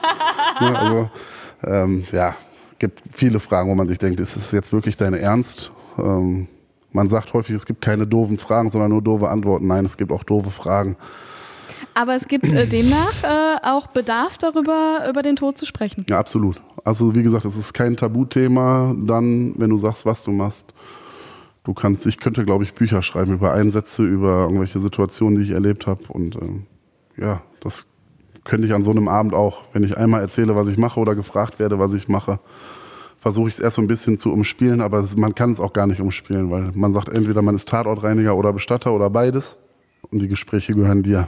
Speaker 4: gibt viele Fragen, wo man sich denkt, ist es jetzt wirklich dein Ernst? Man sagt häufig, es gibt keine doofen Fragen, sondern nur doofe Antworten. Nein, es gibt auch doofe Fragen.
Speaker 3: Aber es gibt demnach auch Bedarf darüber, über den Tod zu sprechen.
Speaker 4: Ja, absolut. Also wie gesagt, es ist kein Tabuthema dann, wenn du sagst, was du machst. Ich könnte, glaube ich, Bücher schreiben über Einsätze, über irgendwelche Situationen, die ich erlebt habe. Und das könnte ich an so einem Abend auch. Wenn ich einmal erzähle, was ich mache oder gefragt werde, was ich mache, versuche ich es erst so ein bisschen zu umspielen, aber man kann es auch gar nicht umspielen, weil man sagt entweder, man ist Tatortreiniger oder Bestatter oder beides. Und die Gespräche gehören dir.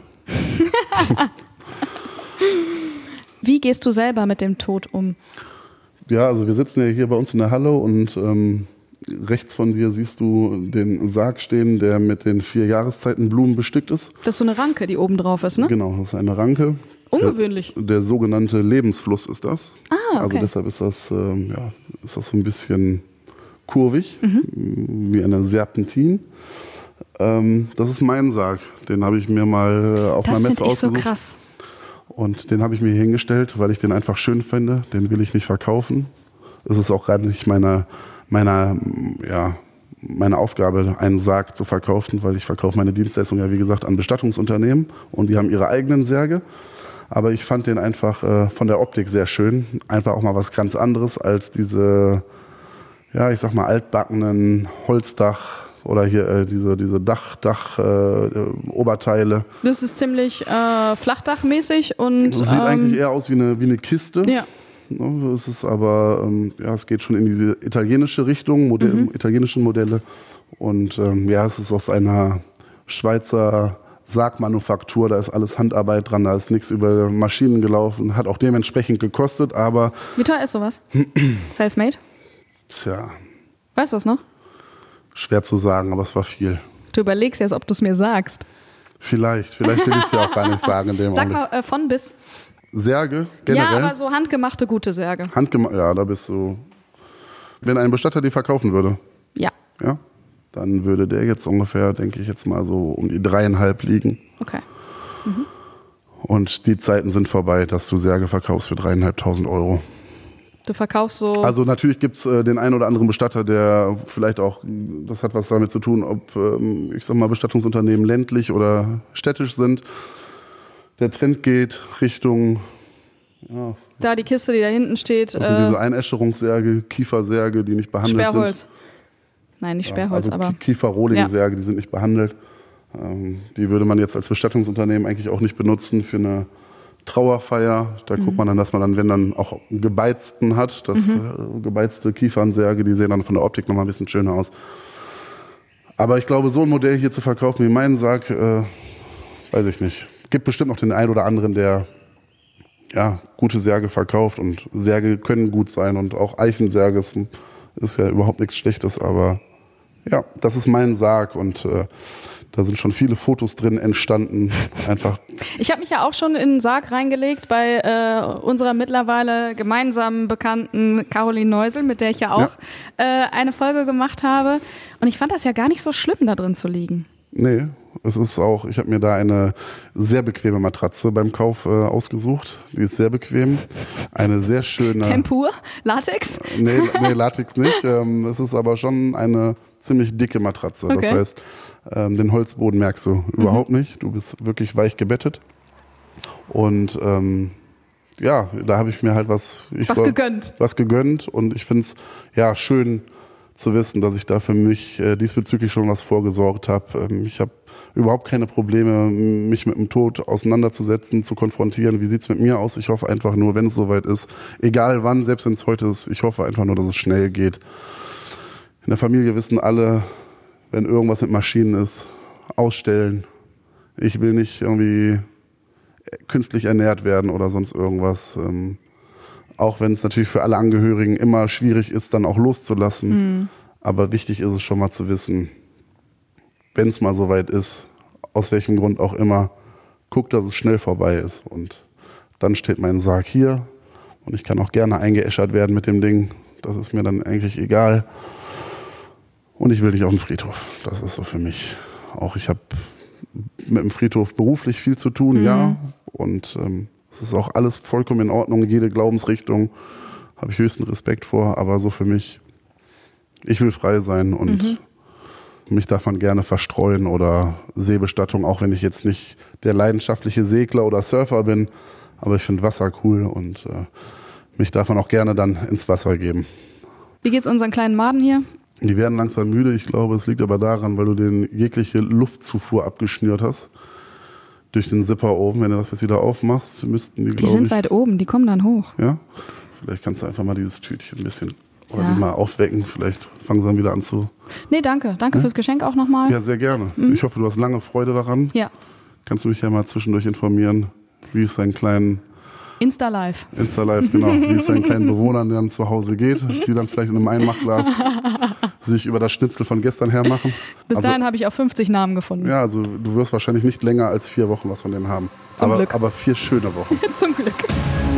Speaker 3: Wie gehst du selber mit dem Tod um?
Speaker 4: Ja, also wir sitzen ja hier bei uns in der Halle und rechts von dir siehst du den Sarg stehen, der mit den 4 Jahreszeitenblumen bestückt ist.
Speaker 3: Das ist so eine Ranke, die oben drauf ist, ne?
Speaker 4: Genau, das ist eine Ranke.
Speaker 3: Ungewöhnlich.
Speaker 4: Der sogenannte Lebensfluss ist das.
Speaker 3: Ah, okay.
Speaker 4: Also deshalb ist das so ein bisschen kurvig, wie eine Serpentin. Das ist mein Sarg. Den habe ich mir mal auf einer Messe ausgesucht.
Speaker 3: Das finde ich so krass.
Speaker 4: Und den habe ich mir hier hingestellt, weil ich den einfach schön finde. Den will ich nicht verkaufen. Es ist auch gerade nicht meine Aufgabe, einen Sarg zu verkaufen, weil ich verkaufe meine Dienstleistung ja, wie gesagt, an Bestattungsunternehmen und die haben ihre eigenen Särge. Aber ich fand den einfach von der Optik sehr schön. Einfach auch mal was ganz anderes als diese, ja, ich sag mal, altbackenen Holzdach oder hier diese Oberteile.
Speaker 3: Das ist ziemlich flachdachmäßig und
Speaker 4: das sieht eigentlich eher aus wie eine Kiste.
Speaker 3: Ja.
Speaker 4: Es ist aber, es geht schon in diese italienische Richtung, italienischen Modelle. Und es ist aus einer Schweizer Sargmanufaktur, da ist alles Handarbeit dran, da ist nichts über Maschinen gelaufen, hat auch dementsprechend gekostet, aber...
Speaker 3: Wie teuer ist sowas? Selfmade?
Speaker 4: Tja.
Speaker 3: Weißt du das noch?
Speaker 4: Schwer zu sagen, aber es war viel.
Speaker 3: Du überlegst jetzt, ob du es mir sagst.
Speaker 4: Vielleicht will ich es dir auch gar nicht sagen in dem
Speaker 3: Sag
Speaker 4: Augenblick.
Speaker 3: mal, von bis.
Speaker 4: Särge, generell?
Speaker 3: Ja, aber so handgemachte gute Särge.
Speaker 4: Ja, da bist du... Wenn ein Bestatter die verkaufen würde,
Speaker 3: Ja.
Speaker 4: ja, dann würde der jetzt ungefähr, denke ich jetzt mal so um die 3,5 liegen.
Speaker 3: Okay.
Speaker 4: Und die Zeiten sind vorbei, dass du Särge verkaufst für 3.500 Euro.
Speaker 3: Du verkaufst so...
Speaker 4: Also natürlich gibt es den einen oder anderen Bestatter, der vielleicht auch, das hat was damit zu tun, ob, ich sag mal, Bestattungsunternehmen ländlich oder städtisch sind. Der Trend geht Richtung... Ja,
Speaker 3: da die Kiste, die da hinten steht.
Speaker 4: das sind diese Einäscherungssärge, Kiefersärge, die nicht behandelt
Speaker 3: Sperrholz.
Speaker 4: sind.
Speaker 3: Nein, nicht Sperrholz,
Speaker 4: also
Speaker 3: aber...
Speaker 4: Kiefer-Rohling-Särge, die sind nicht behandelt. Die würde man jetzt als Bestattungsunternehmen eigentlich auch nicht benutzen für eine Trauerfeier. Da guckt man dann, dass man dann, wenn dann auch einen gebeizten hat, gebeizte Kiefernsärge, die sehen dann von der Optik nochmal ein bisschen schöner aus. Aber ich glaube, so ein Modell hier zu verkaufen wie meinen Sarg, weiß ich nicht. Gibt bestimmt noch den einen oder anderen, der gute Särge verkauft und Särge können gut sein und auch Eichensärge ist ja überhaupt nichts Schlechtes, aber ja, das ist mein Sarg und da sind schon viele Fotos drin entstanden. Einfach.
Speaker 3: Ich habe mich ja auch schon in den Sarg reingelegt bei unserer mittlerweile gemeinsamen Bekannten Caroline Neusel, mit der ich ja auch eine Folge gemacht habe. Und ich fand das ja gar nicht so schlimm, da drin zu liegen.
Speaker 4: Nee, es ist auch, ich habe mir da eine sehr bequeme Matratze beim Kauf ausgesucht. Die ist sehr bequem. Eine sehr schöne...
Speaker 3: Tempur? Latex?
Speaker 4: Nee, Latex nicht. Es ist aber schon eine ziemlich dicke Matratze.
Speaker 3: Okay.
Speaker 4: Das heißt, den Holzboden merkst du überhaupt nicht. Du bist wirklich weich gebettet. Und da habe ich mir halt was gegönnt. Und ich finde es schön zu wissen, dass ich da für mich diesbezüglich schon was vorgesorgt habe. Ich habe überhaupt keine Probleme, mich mit dem Tod auseinanderzusetzen, zu konfrontieren. Wie sieht es mit mir aus? Ich hoffe einfach nur, wenn es soweit ist, egal wann, selbst wenn es heute ist, ich hoffe einfach nur, dass es schnell geht. In der Familie wissen alle, wenn irgendwas mit Maschinen ist, ausstellen. Ich will nicht irgendwie künstlich ernährt werden oder sonst irgendwas. Auch wenn es natürlich für alle Angehörigen immer schwierig ist, dann auch loszulassen. Aber wichtig ist es schon mal zu wissen, wenn es mal soweit ist, aus welchem Grund auch immer, guck, dass es schnell vorbei ist. Und dann steht mein Sarg hier und ich kann auch gerne eingeäschert werden mit dem Ding. Das ist mir dann eigentlich egal. Und ich will nicht auf den Friedhof. Das ist so für mich. Auch ich habe mit dem Friedhof beruflich viel zu tun, ja. Und es ist auch alles vollkommen in Ordnung. Jede Glaubensrichtung habe ich höchsten Respekt vor. Aber so für mich, ich will frei sein und mich darf man gerne verstreuen oder Seebestattung, auch wenn ich jetzt nicht der leidenschaftliche Segler oder Surfer bin. Aber ich finde Wasser cool und mich darf man auch gerne dann ins Wasser geben.
Speaker 3: Wie geht's unseren kleinen Maden hier?
Speaker 4: Die werden langsam müde. Ich glaube, es liegt aber daran, weil du den jegliche Luftzufuhr abgeschnürt hast. Durch den Zipper oben. Wenn du das jetzt wieder aufmachst, müssten die, glaube ich...
Speaker 3: Die sind weit oben, die kommen dann hoch.
Speaker 4: Ja? Vielleicht kannst du einfach mal dieses Tütchen ein bisschen... Oder die mal aufwecken. Vielleicht fangen sie dann wieder an zu...
Speaker 3: Nee, danke. Danke fürs Geschenk auch nochmal.
Speaker 4: Ja, sehr gerne. Ich hoffe, du hast lange Freude daran.
Speaker 3: Ja.
Speaker 4: Kannst du mich ja mal zwischendurch informieren, wie es deinen kleinen...
Speaker 3: Insta-Live,
Speaker 4: genau. Wie es deinen kleinen Bewohnern dann zu Hause geht, die dann vielleicht in einem Einmachglas sich über das Schnitzel von gestern her machen.
Speaker 3: Bis dahin habe ich auch 50 Namen gefunden.
Speaker 4: Ja, also du wirst wahrscheinlich nicht länger als 4 Wochen was von denen haben.
Speaker 3: Zum Glück.
Speaker 4: Aber 4 schöne Wochen.
Speaker 3: Zum Glück.